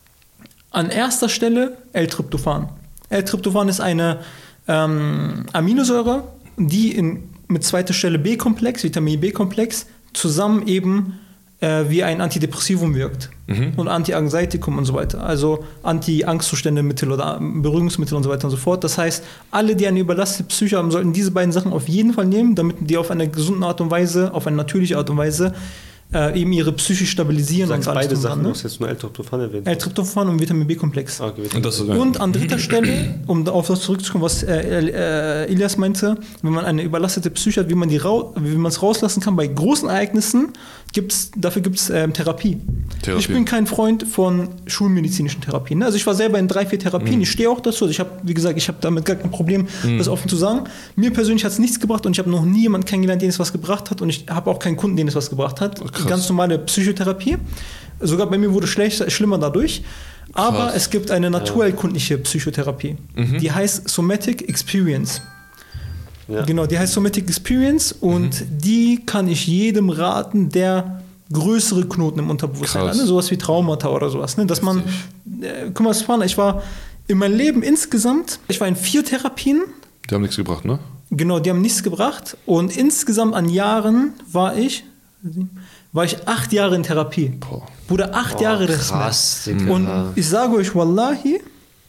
an erster Stelle L-Tryptophan. L-Tryptophan ist eine ähm, Aminosäure, die in, mit zweiter Stelle B-Komplex, Vitamin B-Komplex, zusammen eben wie ein Antidepressivum wirkt mhm. und Anti-Anxietikum und so weiter. Also Anti-Angstzustände-Mittel oder Beruhigungsmittel und so weiter und so fort. Das heißt, alle, die eine überlastete Psyche haben, sollten diese beiden Sachen auf jeden Fall nehmen, damit die auf eine gesunde Art und Weise, auf eine natürliche Art und Weise äh, eben ihre Psyche stabilisieren. Du sagst und beide Sachen, ne? Du hast jetzt nur L-Tryptophan erwähnt. L-Tryptophan und Vitamin B-Komplex. Okay, und, das und an dritter Stelle, um auf das zurückzukommen, was äh, äh, Elias meinte, wenn man eine überlastete Psyche hat, wie man die rau- wie man es rauslassen kann bei großen Ereignissen, gibt's, dafür gibt es ähm, Therapie. Therapie. Ich bin kein Freund von schulmedizinischen Therapien. Ne? Also ich war selber in drei, vier Therapien, mhm. ich stehe auch dazu. Also ich habe, wie gesagt, ich habe damit gar kein Problem, mhm. das offen zu sagen. Mir persönlich hat es nichts gebracht und ich habe noch nie jemanden kennengelernt, den es was gebracht hat und ich habe auch keinen Kunden, den es was gebracht hat. Oh, ganz normale Psychotherapie. Sogar bei mir wurde es schlechter, schlimmer dadurch. Aber Krass. Es gibt eine naturheilkundliche Psychotherapie. Mhm. Die heißt Somatic Experience. Ja. Genau, die heißt Somatic Experience und mhm. die kann ich jedem raten, der größere Knoten im Unterbewusstsein hat, ne? Sowas wie Traumata oder sowas. Ne? Dass man, äh, guck mal, Span, ich war in meinem Leben insgesamt, ich war in vier Therapien. Die haben nichts gebracht, ne? Genau, die haben nichts gebracht und insgesamt an Jahren war ich, war ich acht Jahre in Therapie. Boah. Bruder, acht Boah, Jahre das krass, Und ich sage euch, Wallahi,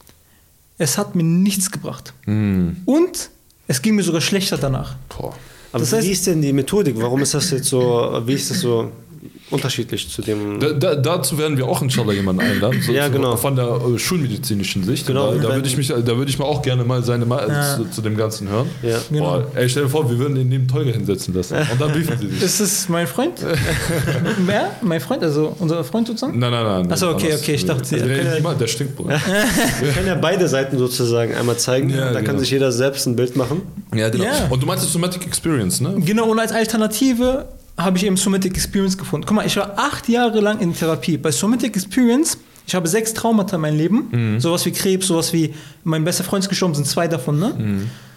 es hat mir nichts gebracht. Mhm. Und es ging mir sogar schlechter danach. Boah. Aber das heißt, wie ist denn die Methodik? Warum ist das jetzt so, wie ist das so unterschiedlich zu dem... Da, da, dazu werden wir auch inshallah jemanden einladen. So, ja, genau. Von der äh, schulmedizinischen Sicht. Genau. Da, da würde ich mich, da würde ich mal auch gerne mal seine Meinung ja. zu, zu dem Ganzen hören. Ja. Boah, genau. Ey, stell dir vor, wir würden ihn neben Teuger hinsetzen lassen. Und dann briefen sie sich. Ist das mein Freund? Wer? Mein Freund? Also unser Freund sozusagen? Nein, nein, nein. Achso, okay, okay, ich dachte... Also, der, ja, der stinkt, Bruder. Wir können ja beide Seiten sozusagen einmal zeigen. Ja, da genau. kann sich jeder selbst ein Bild machen. Ja, genau. Ja. Und du meinst Somatic Experience, ne? Genau, und als Alternative habe ich eben Somatic Experience gefunden. Guck mal, ich war acht Jahre lang in Therapie. Bei Somatic Experience, ich habe sechs Traumata in meinem Leben. Mhm. Sowas wie Krebs, sowas wie mein bester Freund ist gestorben, sind zwei davon, ne? Mhm.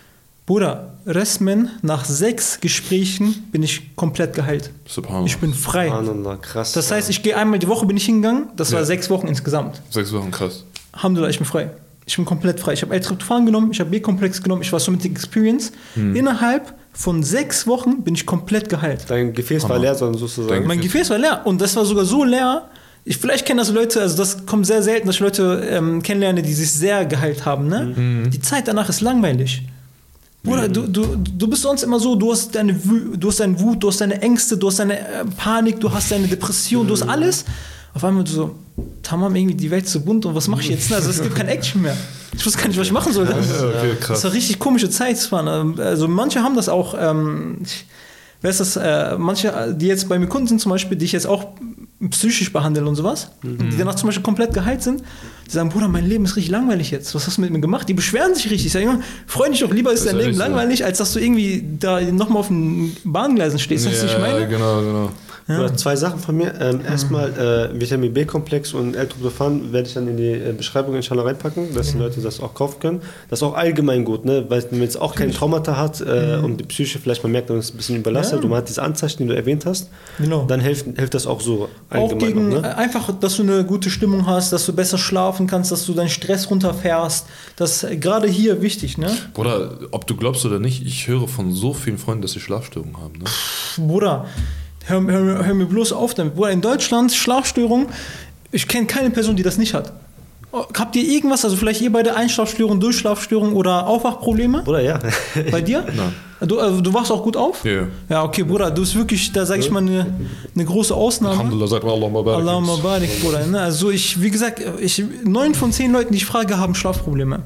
Bruder, Resmen, nach sechs Gesprächen bin ich komplett geheilt. Subhanallah. Ich bin frei. Subhanallah, krass. Das heißt, ich gehe einmal die Woche bin ich hingegangen, das war Ja. sechs Wochen insgesamt. Sechs Wochen, krass. Alhamdulillah, ich bin frei. Ich bin komplett frei. Ich habe L-Tryptophan genommen, ich habe B-Komplex genommen, ich war Somatic Experience. Hm. Innerhalb von sechs Wochen bin ich komplett geheilt. Dein Gefäß Hammer. war leer, sondern sozusagen. Dein Mein Gefäß war leer und das war sogar so leer. Ich, vielleicht kennen das Leute, also das kommt sehr selten, dass ich Leute ähm, kennenlerne, die sich sehr geheilt haben. Ne? Mhm. Die Zeit danach ist langweilig. Bruder, du, du, du bist sonst immer so, du hast deine Wut, du hast deine Wut, du hast deine Ängste, du hast deine äh, Panik, du hast deine Depression, du hast alles. Auf einmal du so, Tamam, irgendwie die Welt ist so bunt und was mache ich jetzt? Also es gibt kein Action mehr. Ich wusste gar nicht, was ich machen soll. Ja, okay, krass. Das war richtig komische Zeit. Also manche haben das auch, ähm, wer ist das, äh, manche, die jetzt bei mir Kunden sind zum Beispiel, die ich jetzt auch psychisch behandle und sowas, mhm. und die danach zum Beispiel komplett geheilt sind, die sagen, Bruder, mein Leben ist richtig langweilig jetzt. Was hast du mit mir gemacht? Die beschweren sich richtig. Ich sage immer, freu dich doch lieber, ist dein Leben so langweilig, als dass du irgendwie da nochmal auf den Bahngleisen stehst. Weißt du, was ich meine? Genau, genau. Ja. Oder zwei Sachen von mir. Ähm, mhm. Erstmal äh, Vitamin B-Komplex und L-Tryptophan werde ich dann in die äh, Beschreibung inshallah reinpacken, dass mhm. die Leute das auch kaufen können. Das ist auch allgemein gut, ne? Weil man jetzt auch kein Traumata hat äh, mhm. und die Psyche vielleicht, man merkt, man ist ein bisschen überlastet ja. und man hat diese Anzeichen, die du erwähnt hast, genau. dann hilft, hilft das auch so allgemein. Auch gegen, noch, ne? Einfach, dass du eine gute Stimmung hast, dass du besser schlafen kannst, dass du deinen Stress runterfährst. Das ist gerade hier wichtig, ne? Bruder, ob du glaubst oder nicht, ich höre von so vielen Freunden, dass sie Schlafstörungen haben, ne? Bruder, Hör, hör, hör mir bloß auf damit. Bruder, in Deutschland Schlafstörung, ich kenne keine Person, die das nicht hat. Habt ihr irgendwas, also vielleicht ihr beide Einschlafstörung, Durchschlafstörung oder Aufwachprobleme? Bruder, ja. Bei dir? Nein. Du, also, du wachst auch gut auf? Ja. Ja, okay, Bruder, du bist wirklich, da sage ich mal, eine, eine große Ausnahme. Alhamdulillah, sagt man Allahumma barik. Allahumma barik, Bruder. Ne? Also ich, wie gesagt, ich, neun von zehn Leuten, die ich frage, haben Schlafprobleme.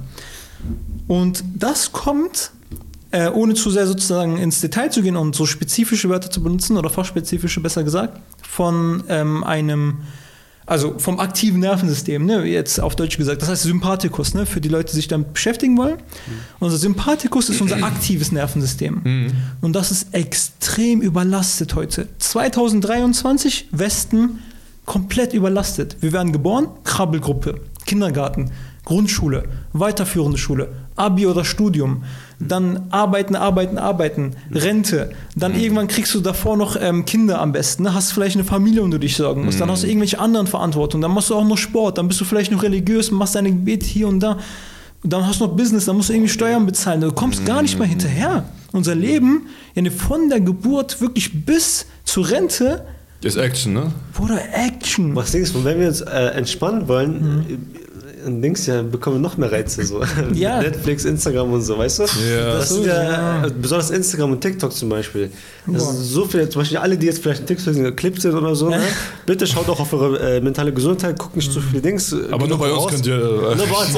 Und das kommt... Äh, ohne zu sehr sozusagen ins Detail zu gehen und so spezifische Wörter zu benutzen oder fachspezifische besser gesagt, von ähm, einem, also vom aktiven Nervensystem, ne, jetzt auf Deutsch gesagt, das heißt Sympathikus, ne, für die Leute, die sich damit beschäftigen wollen. Mhm. Unser Sympathikus ist unser aktives Nervensystem mhm. und das ist extrem überlastet heute. zwanzig dreiundzwanzig, Westen, komplett überlastet. Wir werden geboren, Krabbelgruppe, Kindergarten, Grundschule, weiterführende Schule, Abi oder Studium, dann arbeiten, arbeiten, arbeiten, Rente, dann mhm. irgendwann kriegst du davor noch ähm, Kinder am besten, ne? Hast vielleicht eine Familie, um die du dich sorgen musst, mhm. dann hast du irgendwelche anderen Verantwortungen, dann machst du auch noch Sport, dann bist du vielleicht noch religiös, machst deine Gebete hier und da, und dann hast du noch Business, dann musst du irgendwie Steuern bezahlen, du kommst mhm. gar nicht mehr hinterher. Unser Leben, von der Geburt wirklich bis zur Rente, ist Action, ne? Bruder, Action. Was denkst du, wenn wir uns äh, entspannen wollen, mhm. Dings ja, bekommen wir noch mehr Reize so. Ja. Netflix, Instagram und so, weißt du? Ja. Das sind ja, ja, besonders Instagram und TikTok zum Beispiel. Das sind so viele, zum Beispiel alle, die jetzt vielleicht in TikTok sind, Clips sind oder so, ne? Bitte schaut auch auf eure äh, mentale Gesundheit, guckt nicht zu so viele Dings. Aber nur bei uns könnt ihr... Äh, nur bei uns,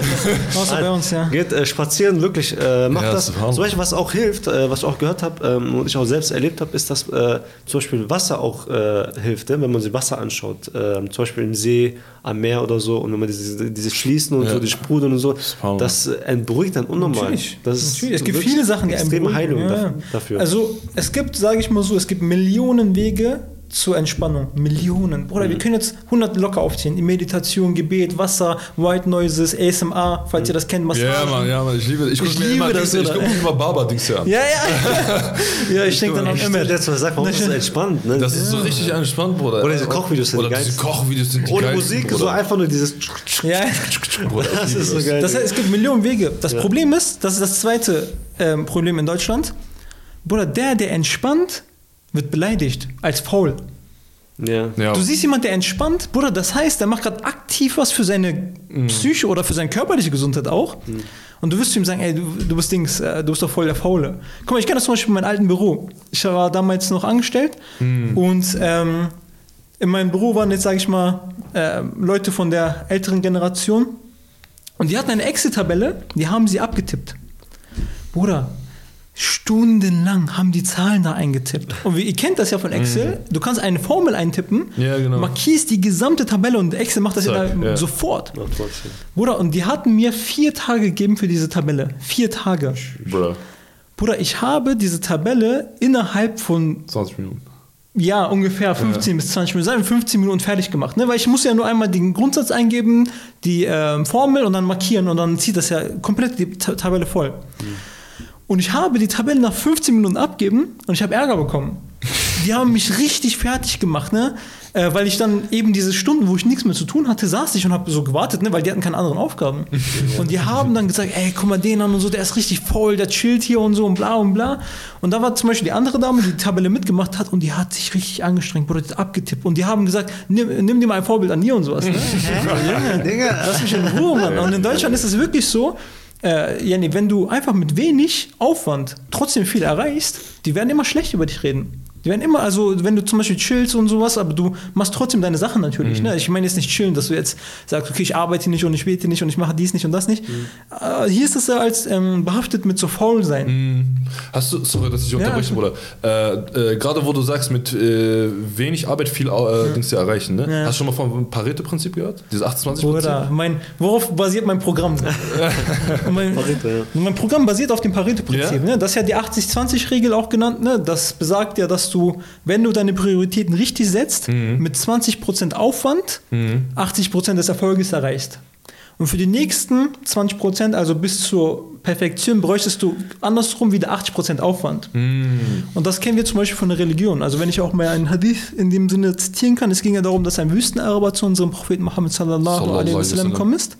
Außer bei uns, ja. Geht äh, spazieren, wirklich, äh, macht ja, das. Zum Beispiel, was auch hilft, äh, was ich auch gehört habe ähm, und ich auch selbst erlebt habe, ist, dass äh, zum Beispiel Wasser auch äh, hilft, ne? Wenn man sich Wasser anschaut. Äh, zum Beispiel im See, am Meer oder so, und wenn man diese diese Schließen und ja. so, die Sprudeln und so, das äh, beruhigt dann unnormal. Natürlich. Das ist Natürlich. Es gibt viele Sachen, die extreme Heilung ja. dafür. Also es gibt, sage ich mal so, es gibt Millionen Wege zur Entspannung. Millionen. Bruder, mhm. wir können jetzt hundert locker aufziehen. Meditation, Gebet, Wasser, White Noises, A S M R, falls mhm. ihr das kennt. Massage. Ja, Mann, ja, Mann, ich liebe ich Ich liebe immer das. Dings, ich gucke mir immer Barber-Dings hier an. Ja, ja. ja, ich denke dann auch immer. Der zu sagen, warum ist das entspannt? Ne? Das ist so richtig entspannt, Bruder. Oder diese Kochvideos sind Oder diese Kochvideos sind die Ohne Musik, Bruder. So einfach nur dieses... Ja. Bruder, das ist so geil. Das heißt, es gibt Millionen Wege. Das ja. Problem ist, das ist das zweite ähm, Problem in Deutschland. Bruder, der, der entspannt, wird beleidigt als faul. Ja. Ja. Du siehst jemanden, der entspannt, Bruder, das heißt, der macht gerade aktiv was für seine mhm. Psyche oder für seine körperliche Gesundheit auch. Mhm. Und du wirst zu ihm sagen, ey, du, du bist Dings, du bist doch voll der Faule. Guck mal, ich kenne das zum Beispiel in meinem alten Büro. Ich war damals noch angestellt mhm. und ähm, in meinem Büro waren jetzt, sage ich mal, äh, Leute von der älteren Generation und die hatten eine Excel-Tabelle, die haben sie abgetippt. Bruder, stundenlang haben die Zahlen da eingetippt. Und wie, ihr kennt das ja von Excel. Mhm. Du kannst eine Formel eintippen, ja, genau. markierst die gesamte Tabelle und Excel macht das Zack, ja, ja. sofort. Ja, Bruder, und die hatten mir vier Tage gegeben für diese Tabelle. Vier Tage. Bruder. Bruder, ich habe diese Tabelle innerhalb von zwanzig Minuten. Ja, ungefähr fünfzehn ja. bis zwanzig Minuten. Sagen wir fünfzehn Minuten fertig gemacht. Ne? Weil ich muss ja nur einmal den Grundsatz eingeben, die äh, Formel und dann markieren und dann zieht das ja komplett die Tabelle voll. Mhm. Und ich habe die Tabelle nach fünfzehn Minuten abgeben und ich habe Ärger bekommen. Die haben mich richtig fertig gemacht, ne? Äh, weil ich dann eben diese Stunden, wo ich nichts mehr zu tun hatte, saß ich und habe so gewartet, ne? Weil die hatten keine anderen Aufgaben. Und die haben dann gesagt, ey, guck mal den an und so, der ist richtig faul, der chillt hier und so und bla und bla. Und da war zum Beispiel die andere Dame, die die Tabelle mitgemacht hat und die hat sich richtig angestrengt, wurde jetzt abgetippt. Und die haben gesagt, nimm, nimm dir mal ein Vorbild an dir und sowas. Ne? Junge, Digga, lass mich in Ruhe, Mann. Und in Deutschland ist es wirklich so, äh, Jenny, wenn du einfach mit wenig Aufwand trotzdem viel erreichst, die werden immer schlecht über dich reden. Die werden immer, also wenn du zum Beispiel chillst und sowas, aber du machst trotzdem deine Sachen natürlich. Mhm. Ne? Ich meine jetzt nicht chillen, dass du jetzt sagst, okay, ich arbeite nicht und ich bete nicht und ich mache dies nicht und das nicht. Mhm. Äh, hier ist es ja als ähm, behaftet mit so faul sein. Mhm. Hast du, sorry, dass ich unterbreche, ja, Bruder. Äh, äh, Gerade wo du sagst, mit äh, wenig Arbeit viel äh, ja. Dings erreichen, ne? Ja. Hast du schon mal vom Pareto-Prinzip gehört? Dieses achtundzwanzig Prozent? Bruder, mein, worauf basiert mein Programm? mein, Pareto, ja. mein Programm basiert auf dem Pareto-Prinzip. Ja? Ne? Das ist ja die achtzig zwanzig Regel auch genannt. Ne? Das besagt ja, dass du, wenn du deine Prioritäten richtig setzt, mhm. mit zwanzig Prozent Aufwand mhm. achtzig Prozent des Erfolges erreichst. Und für die nächsten zwanzig Prozent, also bis zur Perfektion, bräuchtest du andersrum wieder achtzig Prozent Aufwand. Mm. Und das kennen wir zum Beispiel von der Religion. Also wenn ich auch mal einen Hadith in dem Sinne zitieren kann, es ging ja darum, dass ein Wüstenaraber zu unserem Propheten Muhammad sallallahu alaihi wasallam gekommen ist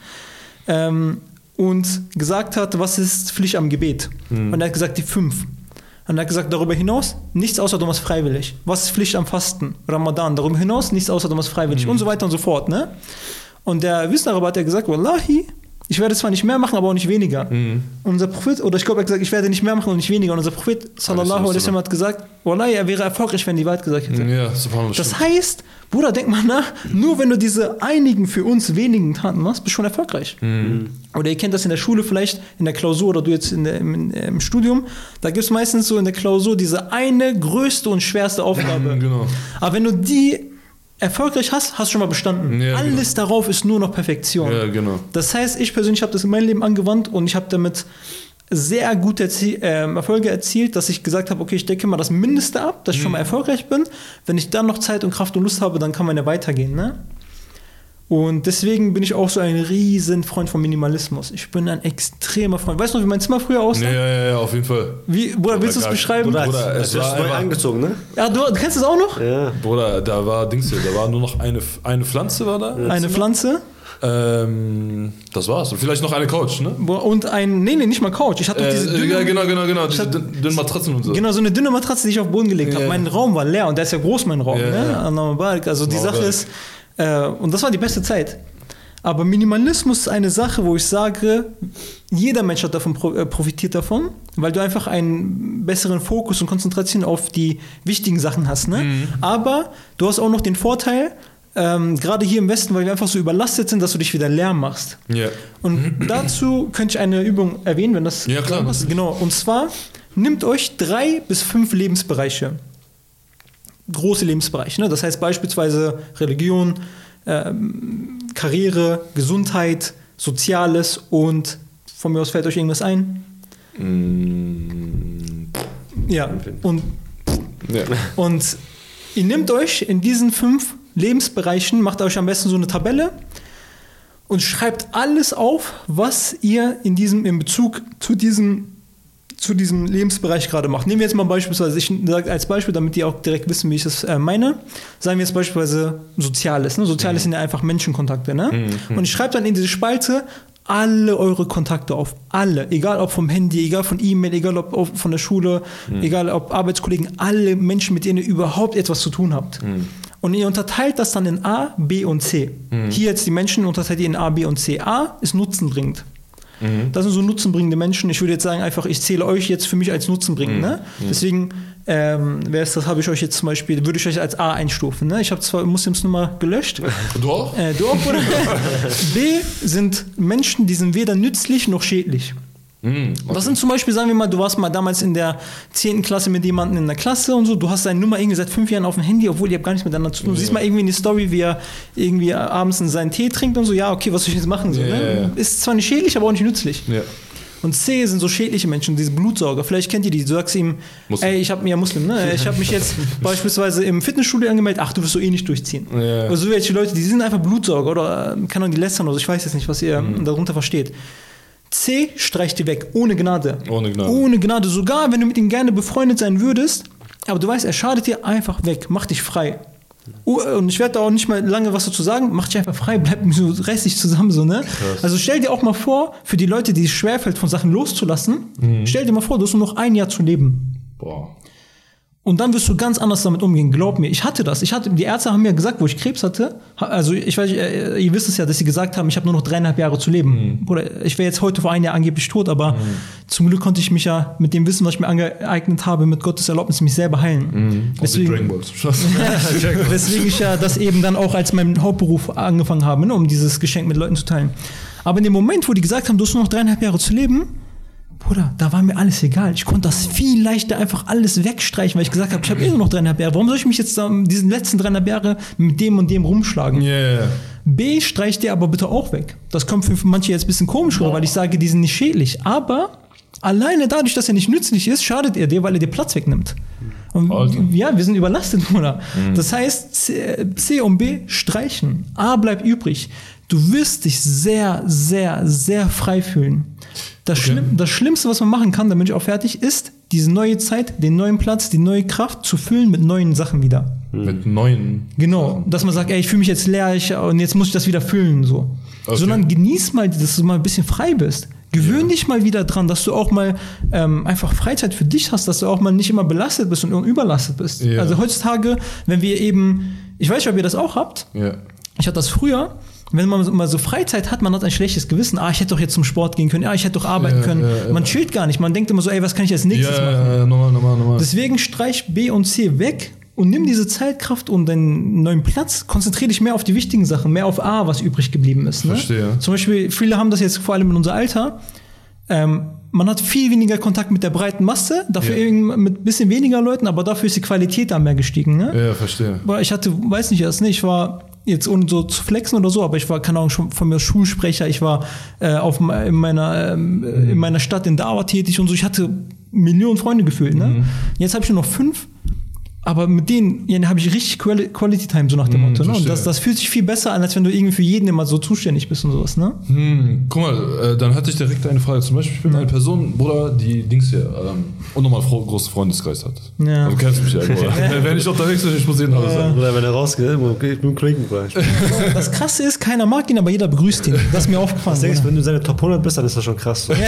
ähm, und gesagt hat, was ist Pflicht am Gebet? Mm. Und er hat gesagt, die fünf. Und er hat gesagt, darüber hinaus nichts außer du machst freiwillig. Was ist Pflicht am Fasten? Ramadan. Darüber hinaus nichts außer du machst freiwillig. Mm. Und so weiter und so fort. Ne? Und der Wüstenaraber hat ja gesagt, Wallahi, ich werde zwar nicht mehr machen, aber auch nicht weniger. Mhm. Und unser Prophet, oder ich glaube, er hat gesagt, ich werde nicht mehr machen und nicht weniger. Und unser Prophet, sallallahu alaihi wasallam, hat gesagt, Wallahi, er wäre erfolgreich, wenn die Wahrheit gesagt hätte. Ja, das heißt, Bruder, denk mal nach, nur wenn du diese einigen für uns wenigen Taten machst, bist du schon erfolgreich. Mhm. Oder ihr kennt das in der Schule vielleicht, in der Klausur oder du jetzt in der, im, im Studium, da gibt es meistens so in der Klausur diese eine größte und schwerste Aufgabe. Genau. Aber wenn du die erfolgreich hast, hast du schon mal bestanden. Ja, alles genau. Darauf ist nur noch Perfektion. Ja, genau. Das heißt, ich persönlich habe das in meinem Leben angewandt und ich habe damit sehr gute Erzie- äh, Erfolge erzielt, dass ich gesagt habe, okay, ich decke mal das Mindeste ab, dass ich mhm. schon mal erfolgreich bin. Wenn ich dann noch Zeit und Kraft und Lust habe, dann kann man ja weitergehen. Ne? Und deswegen bin ich auch so ein riesen Freund von Minimalismus. Ich bin ein extremer Freund. Weißt du noch, wie mein Zimmer früher aussah? Ja, ja, ja, auf jeden Fall. Wie, Bruder, willst du es beschreiben? Bruder, Bruder, es war neu angezogen, ne? Ja, du, du kennst es auch noch? Ja. Bruder, da war Dings hier, da war nur noch eine, eine Pflanze war da. Eine Pflanze? Ähm, das war's. Und vielleicht noch eine Couch, ne? Und ein, nee, nee, nicht mal Couch. Ich hatte äh, diese dünne, ja, genau, genau, genau. Diese hatte, dünnen Matratzen und so. Genau, so eine dünne Matratze, die ich auf den Boden gelegt habe. Ja. Mein Raum war leer und der ist ja groß, mein Raum. Ja, ne? ja. Also die oh, Sache geil. ist, äh, und das war die beste Zeit. Aber Minimalismus ist eine Sache, wo ich sage, jeder Mensch hat davon profitiert davon, weil du einfach einen besseren Fokus und Konzentration auf die wichtigen Sachen hast. Ne? Mhm. Aber du hast auch noch den Vorteil, ähm, gerade hier im Westen, weil wir einfach so überlastet sind, dass du dich wieder leer machst. Ja. Und dazu könnte ich eine Übung erwähnen, wenn das ja, klar ist. Genau. Und zwar nimmt euch drei bis fünf Lebensbereiche. Große Lebensbereiche. Ne? Das heißt beispielsweise Religion, ähm, Karriere, Gesundheit, Soziales und von mir aus fällt euch irgendwas ein? Mm. Ja. Und, ja. und ihr nehmt euch in diesen fünf Lebensbereichen, macht euch am besten so eine Tabelle und schreibt alles auf, was ihr in diesem, in Bezug zu diesem zu diesem Lebensbereich gerade macht. Nehmen wir jetzt mal beispielsweise, ich sage als Beispiel, damit die auch direkt wissen, wie ich das äh, meine, sagen wir jetzt beispielsweise Soziales. Ne? Soziales mhm. sind ja einfach Menschenkontakte. Ne? Mhm. Und ich schreibe dann in diese Spalte alle eure Kontakte auf. Alle. Egal ob vom Handy, egal von E-Mail, egal ob von der Schule, mhm. egal ob Arbeitskollegen, alle Menschen, mit denen ihr überhaupt etwas zu tun habt. Mhm. Und ihr unterteilt das dann in A, B und C. Mhm. Hier jetzt die Menschen unterteilt ihr in A, B und C. A ist nutzenbringend. Das sind so nutzenbringende Menschen. Ich würde jetzt sagen, einfach, ich zähle euch jetzt für mich als nutzenbringend. Mhm. Ne? Deswegen, ähm, wer ist das, habe ich euch jetzt zum Beispiel, würde ich euch als A einstufen. Ne? Ich habe zwar Muslimsnummer gelöscht. Du auch? Äh, du auch, oder? B sind Menschen, die sind weder nützlich noch schädlich. Mhm, okay. Das sind zum Beispiel, sagen wir mal, du warst mal damals in der zehnten Klasse mit jemandem in der Klasse und so, du hast deine Nummer irgendwie seit fünf Jahren auf dem Handy, obwohl ihr habt gar nichts miteinander zu tun. Du ja. siehst mal irgendwie in die Story, wie er irgendwie abends seinen Tee trinkt und so, ja, okay, was soll ich jetzt machen? So, ja, ne? ja, ja. Ist zwar nicht schädlich, aber auch nicht nützlich. Ja. Und C sind so schädliche Menschen, diese Blutsauger. Vielleicht kennt ihr die. Du sagst ihm, Muslim. ey, ich habe mir ja Muslim, ne? Ich habe mich jetzt beispielsweise im Fitnessstudio angemeldet. Ach, du wirst so eh nicht durchziehen. Ja. Also welche Leute, die sind einfach Blutsauger oder kann auch die lästern oder so. Ich weiß jetzt nicht, was ihr mhm. darunter versteht. C streicht dir weg, ohne Gnade. Ohne Gnade. Ohne Gnade. Sogar wenn du mit ihm gerne befreundet sein würdest, aber du weißt, er schadet dir, einfach weg, mach dich frei. Und ich werde da auch nicht mal lange was dazu sagen, mach dich einfach frei, bleib so restlich zusammen. So, ne? Also stell dir auch mal vor, für die Leute, die es schwerfällt, von Sachen loszulassen, mhm. stell dir mal vor, du hast nur noch ein Jahr zu leben. Boah. Und dann wirst du ganz anders damit umgehen, glaub mir. Ich hatte das. Ich hatte, die Ärzte haben mir gesagt, wo ich Krebs hatte, also ich weiß, ihr wisst es ja, dass sie gesagt haben, ich habe nur noch dreieinhalb Jahre zu leben. Mhm. Oder ich wäre jetzt heute vor einem Jahr angeblich tot, aber mhm. zum Glück konnte ich mich ja mit dem Wissen, was ich mir angeeignet habe, mit Gottes Erlaubnis mich selber heilen. Mhm. Deswegen, weswegen ich ja das eben dann auch als meinen Hauptberuf angefangen habe, ne, um dieses Geschenk mit Leuten zu teilen. Aber in dem Moment, wo die gesagt haben, du hast nur noch dreieinhalb Jahre zu leben, Bruder, da war mir alles egal. Ich konnte das viel leichter einfach alles wegstreichen, weil ich gesagt habe, ich habe eh nur noch dreieinhalb Jahre. Warum soll ich mich jetzt da diesen letzten dreieinhalb Jahre mit dem und dem rumschlagen? Yeah. B streicht dir aber bitte auch weg. Das kommt für manche jetzt ein bisschen komisch vor, weil ich sage, die sind nicht schädlich. Aber alleine dadurch, dass er nicht nützlich ist, schadet er dir, weil er dir Platz wegnimmt. Und also. Ja, wir sind überlastet, Bruder. Mhm. Das heißt, C, C und B streichen. A bleibt übrig. Du wirst dich sehr, sehr, sehr frei fühlen. Das, okay. Schlimm, das Schlimmste, was man machen kann, damit ich auch fertig, ist, diese neue Zeit, den neuen Platz, die neue Kraft zu füllen mit neuen Sachen wieder. Mit neuen? Genau, dass man sagt, ey, ich fühle mich jetzt leer ich, und jetzt muss ich das wieder füllen. So. Okay. Sondern genieß mal, dass du mal ein bisschen frei bist. Gewöhn ja. dich mal wieder dran, dass du auch mal ähm, einfach Freizeit für dich hast, dass du auch mal nicht immer belastet bist und überlastet bist. Ja. Also heutzutage, wenn wir eben, ich weiß nicht, ob ihr das auch habt, ja. ich hatte das früher, wenn man mal so Freizeit hat, man hat ein schlechtes Gewissen. Ah, ich hätte doch jetzt zum Sport gehen können. Ah, ich hätte doch arbeiten ja, können. Ja, ja. Man chillt gar nicht. Man denkt immer so, ey, was kann ich als nächstes ja, machen? Ja, ja, normal, normal, normal. Deswegen streich B und C weg und nimm diese Zeitkraft und deinen neuen Platz. Konzentriere dich mehr auf die wichtigen Sachen, mehr auf A, was übrig geblieben ist. Ne? Verstehe. Zum Beispiel, viele haben das jetzt vor allem in unser Alter. Ähm, man hat viel weniger Kontakt mit der breiten Masse, dafür ja. mit ein bisschen weniger Leuten, aber dafür ist die Qualität dann mehr gestiegen. Ne? Ja, verstehe. Aber ich hatte, weiß nicht erst nicht, ich war jetzt ohne so zu flexen oder so, aber ich war, keine Ahnung, schon von mir Schulsprecher, ich war äh, auf, in, meiner, ähm, in meiner Stadt in Dauer tätig und so, ich hatte Millionen Freunde gefühlt. Ne? Mhm. Jetzt habe ich nur noch fünf, aber mit denen ja, habe ich richtig Quality Time, so nach dem Motto. Ne? Und das, das fühlt sich viel besser an, als wenn du irgendwie für jeden immer so zuständig bist und sowas. Ne? Hm, guck mal, äh, dann hatte ich direkt eine Frage. Zum Beispiel, ich bin ja. eine Person, Bruder, die Dings hier, ähm, und nochmal einen großen Freundeskreis hat. Ja. Also kennst du mich ja, Bruder. Wenn ich unterwegs bin, ich muss jeden alles sagen. Bruder, wenn er rausgeht, okay, ich bin Kollegen, Bruder. Das Krasse ist, keiner mag ihn, aber jeder begrüßt ihn. Das ist mir aufgefallen. Das denkst, wenn du seine Top hundert bist, dann ist das schon krass. So.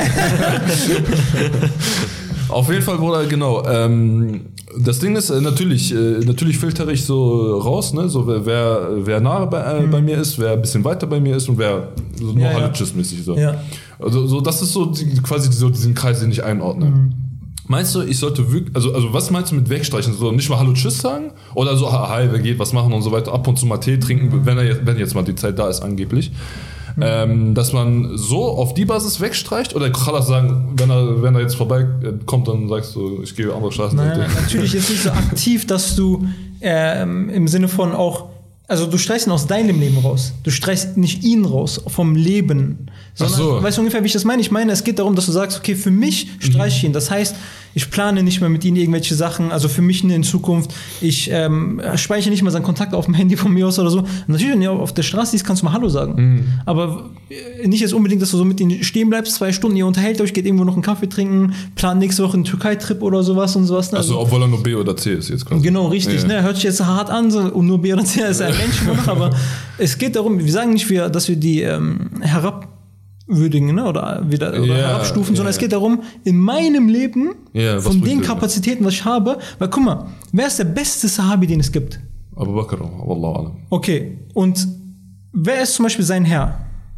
Auf jeden Fall, Bruder, genau. Ähm, das Ding ist, äh, natürlich, äh, natürlich filtere ich so raus, ne? So, wer, wer, wer nahe bei, äh, mhm. bei mir ist, wer ein bisschen weiter bei mir ist und wer so nur ja, Hallo-Tschüss-mäßig so. Ja. Also, so, das ist so die, quasi so diesen Kreis, den ich einordne. Mhm. Meinst du, ich sollte wirklich, also, also was meinst du mit wegstreichen? So nicht mal Hallo, Tschüss sagen? Oder so, hi, wer geht, was machen und so weiter, ab und zu mal Tee trinken, mhm. wenn, er, wenn jetzt mal die Zeit da ist, angeblich. Mhm. Ähm, dass man so auf die Basis wegstreicht oder kann das sagen, wenn er, wenn er jetzt vorbeikommt, dann sagst du, ich gehe andere Straßenseite? Naja, natürlich ist nicht so aktiv, dass du ähm, im Sinne von auch, also du streichst ihn aus deinem Leben raus. Du streichst nicht ihn raus vom Leben. Sondern, ach so. Weißt du ungefähr, wie ich das meine? Ich meine, es geht darum, dass du sagst, okay, für mich streiche ich ihn. Das heißt, ich plane nicht mehr mit ihm irgendwelche Sachen, also für mich in Zukunft, ich ähm, speichere nicht mal seinen Kontakt auf dem Handy von mir aus oder so. Und natürlich, wenn du auf der Straße siehst, kannst du mal Hallo sagen. Mhm. Aber nicht jetzt unbedingt, dass du so mit ihm stehen bleibst, zwei Stunden, ihr unterhält euch, geht irgendwo noch einen Kaffee trinken, plant nächste Woche einen Türkei-Trip oder sowas und sowas. Also, also obwohl er nur B oder C ist jetzt quasi. Genau, richtig. Ja. Ne? Hört sich jetzt hart an, so, und nur B oder C ist ein Mensch, aber es geht darum, wir sagen nicht, dass wir die ähm, herab würdigen, ne? oder wieder oder yeah, herabstufen, yeah. sondern es geht darum, in meinem Leben, yeah, von den Kapazitäten, was ich habe, weil guck mal, wer ist der beste Sahabi, den es gibt? Abu Bakr, wallahu alam. Okay, und wer ist zum Beispiel sein Herr?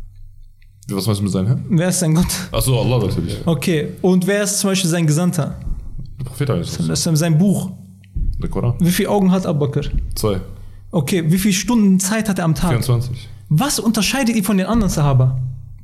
Was meinst du mit seinem Herr? Wer ist sein Gott? Achso, Allah natürlich. Okay, und wer ist zum Beispiel sein Gesandter? Der Prophet eigentlich. Das ist sein Buch. Der Koran. Wie viele Augen hat Abu Bakr? Zwei. Okay, wie viele Stunden Zeit hat er am Tag? vierundzwanzig. Was unterscheidet ihn von den anderen Sahaba?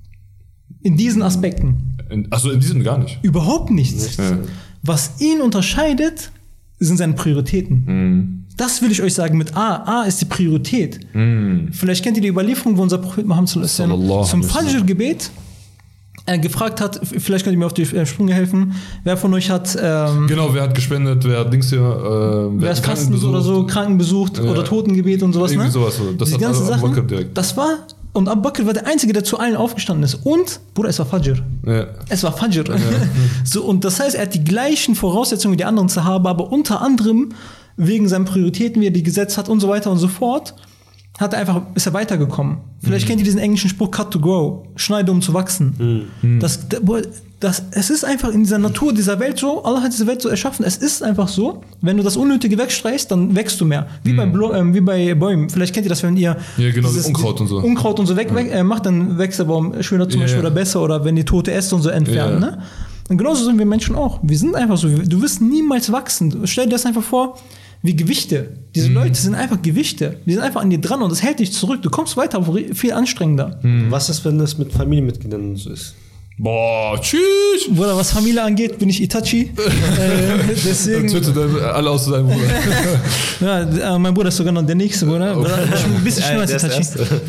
In diesen Aspekten. Achso, in diesen gar nicht. Überhaupt nichts. Ja. Was ihn unterscheidet, sind seine Prioritäten. Mhm. Das will ich euch sagen mit A. A ist die Priorität. Mhm. Vielleicht kennt ihr die Überlieferung, wo unser Prophet Muhammad sallallahu zum Fajr-Gebet äh, gefragt hat, vielleicht könnt ihr mir auf die Sprünge helfen, wer von euch hat... Ähm, genau, wer hat gespendet, wer hat Dings hier... Äh, wer ist Fasten oder so, Kranken besucht ja. oder Totengebet und sowas. Irgendwie ne? sowas. Das, die ganzen Sachen, das war... Und Abu Bakr war der Einzige, der zu allen aufgestanden ist. Und, Bruder, es war Fajr. Ja. Es war Fajr. Ja. So, und das heißt, er hat die gleichen Voraussetzungen wie die anderen Sahaba, aber unter anderem wegen seinen Prioritäten, wie er die gesetzt hat und so weiter und so fort, hat er einfach, ist er weitergekommen. Vielleicht mhm. kennt ihr diesen englischen Spruch, cut to grow, schneide um zu wachsen. Mhm. Das, das, es ist einfach in dieser Natur dieser Welt so, Allah hat diese Welt so erschaffen, es ist einfach so, wenn du das Unnötige wegstreichst, dann wächst du mehr. Wie, mhm. bei, Blo- äh, wie bei Bäumen. Vielleicht kennt ihr das, wenn ihr ja, genau, dieses, Unkraut und so, Unkraut und so weg, ja. weg äh, macht, dann wächst der Baum schöner zum ja, Beispiel ja. oder besser, oder wenn die tote Äste und so entfernen. Ja. Ne? Und genauso sind wir Menschen auch. Wir sind einfach so, du wirst niemals wachsen. Stell dir das einfach vor, wie Gewichte. Diese mhm. Leute sind einfach Gewichte. Die sind einfach an dir dran und das hält dich zurück. Du kommst weiter, aber viel anstrengender. Mhm. Was ist, wenn das mit Familienmitgliedern so ist? Boah, tschüss! Bruder, was Familie angeht, bin ich Itachi. äh, deswegen. Tötet alle aus deinem Bruder. Ja, mein Bruder ist sogar noch der nächste, Bruder. Okay. Ein bisschen schlimmer als Itachi.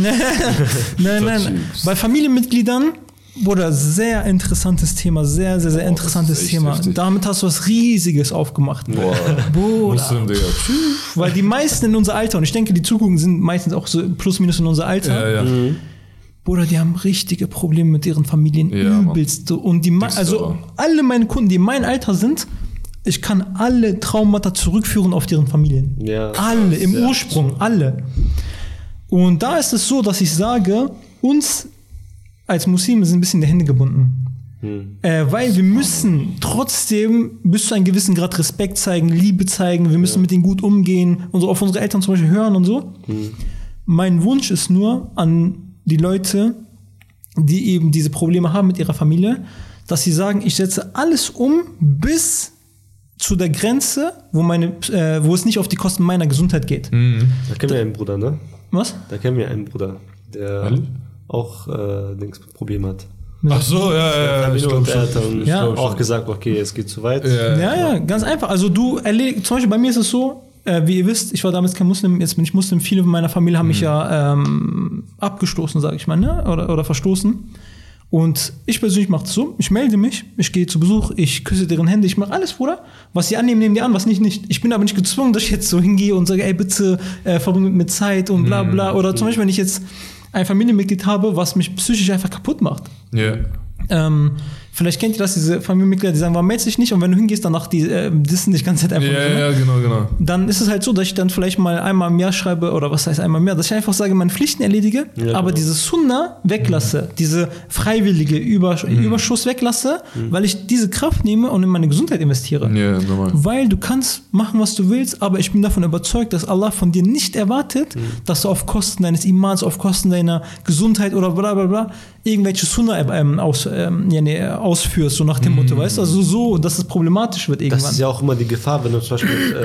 Nein, nein. Bei Familienmitgliedern, Bruder, sehr interessantes Thema, sehr, sehr, sehr oh, interessantes Thema. Heftig. Damit hast du was Riesiges aufgemacht. Boah, Bruder. Muslim, Digga. Weil die meisten in unser Alter, und ich denke, die Zugucken sind meistens auch so plus minus in unser Alter. Ja, ja. Mhm. Bruder, die haben richtige Probleme mit ihren Familien, ja, übelst. Und die, also alle meine Kunden, die in meinem Alter sind, ich kann alle Traumata zurückführen auf deren Familien. Ja, alle, im Ursprung, alle. Und da ist es so, dass ich sage, uns als Muslime sind ein bisschen die Hände gebunden. Hm. Äh, weil wir müssen trotzdem bis zu einem gewissen Grad Respekt zeigen, Liebe zeigen, wir müssen ja. mit denen gut umgehen und so auf unsere Eltern zum Beispiel hören und so. Hm. Mein Wunsch ist nur an die Leute, die eben diese Probleme haben mit ihrer Familie, dass sie sagen, ich setze alles um bis zu der Grenze, wo, meine, äh, wo es nicht auf die Kosten meiner Gesundheit geht. Mhm. Da kennen wir einen Bruder, ne? Was? Da kennen wir einen Bruder, der Alle? auch äh, Probleme hat. Ach so, ja, ja, ja. Ich und er hat dann ja. auch gesagt, okay, es geht zu weit. Ja, ja, ja, ganz einfach. Also du erledigst, zum Beispiel bei mir ist es so, äh, wie ihr wisst, ich war damals kein Muslim, jetzt bin ich Muslim. Viele meiner Familie haben mhm. mich ja ähm, abgestoßen, sage ich mal, ne? oder, oder verstoßen. Und ich persönlich mache es so, ich melde mich, ich gehe zu Besuch, ich küsse deren Hände, ich mache alles, Bruder. Was sie annehmen, nehmen die an, was nicht, nicht. Ich bin aber nicht gezwungen, dass ich jetzt so hingehe und sage, ey, bitte äh, verbring mit mir Zeit und bla bla. Oder zum Beispiel, wenn ich jetzt ein Familienmitglied habe, was mich psychisch einfach kaputt macht. Ja. Yeah. Ähm, vielleicht kennt ihr das, diese Familienmitglieder, die sagen, warum meldest du dich nicht? Und wenn du hingehst, danach, die äh, dissen dich die ganze Zeit einfach. Ja, yeah, ja, genau, genau. Dann ist es halt so, dass ich dann vielleicht mal einmal im Jahr schreibe, oder was heißt einmal im Jahr, dass ich einfach sage, meine Pflichten erledige, ja, aber genau. diese Sunna weglasse, mhm. diese freiwillige Übersch- mhm. Überschuss weglasse, mhm. weil ich diese Kraft nehme und in meine Gesundheit investiere. Ja, normal. Weil du kannst machen, was du willst, aber ich bin davon überzeugt, dass Allah von dir nicht erwartet, mhm. dass du auf Kosten deines Imans, auf Kosten deiner Gesundheit oder bla bla bla irgendwelche Sunna ähm, aus, ähm, ja, nee, ausführst, so nach dem Motto, mm. weißt du, also so, dass es problematisch wird irgendwann. Das ist ja auch immer die Gefahr, wenn du zum Beispiel mit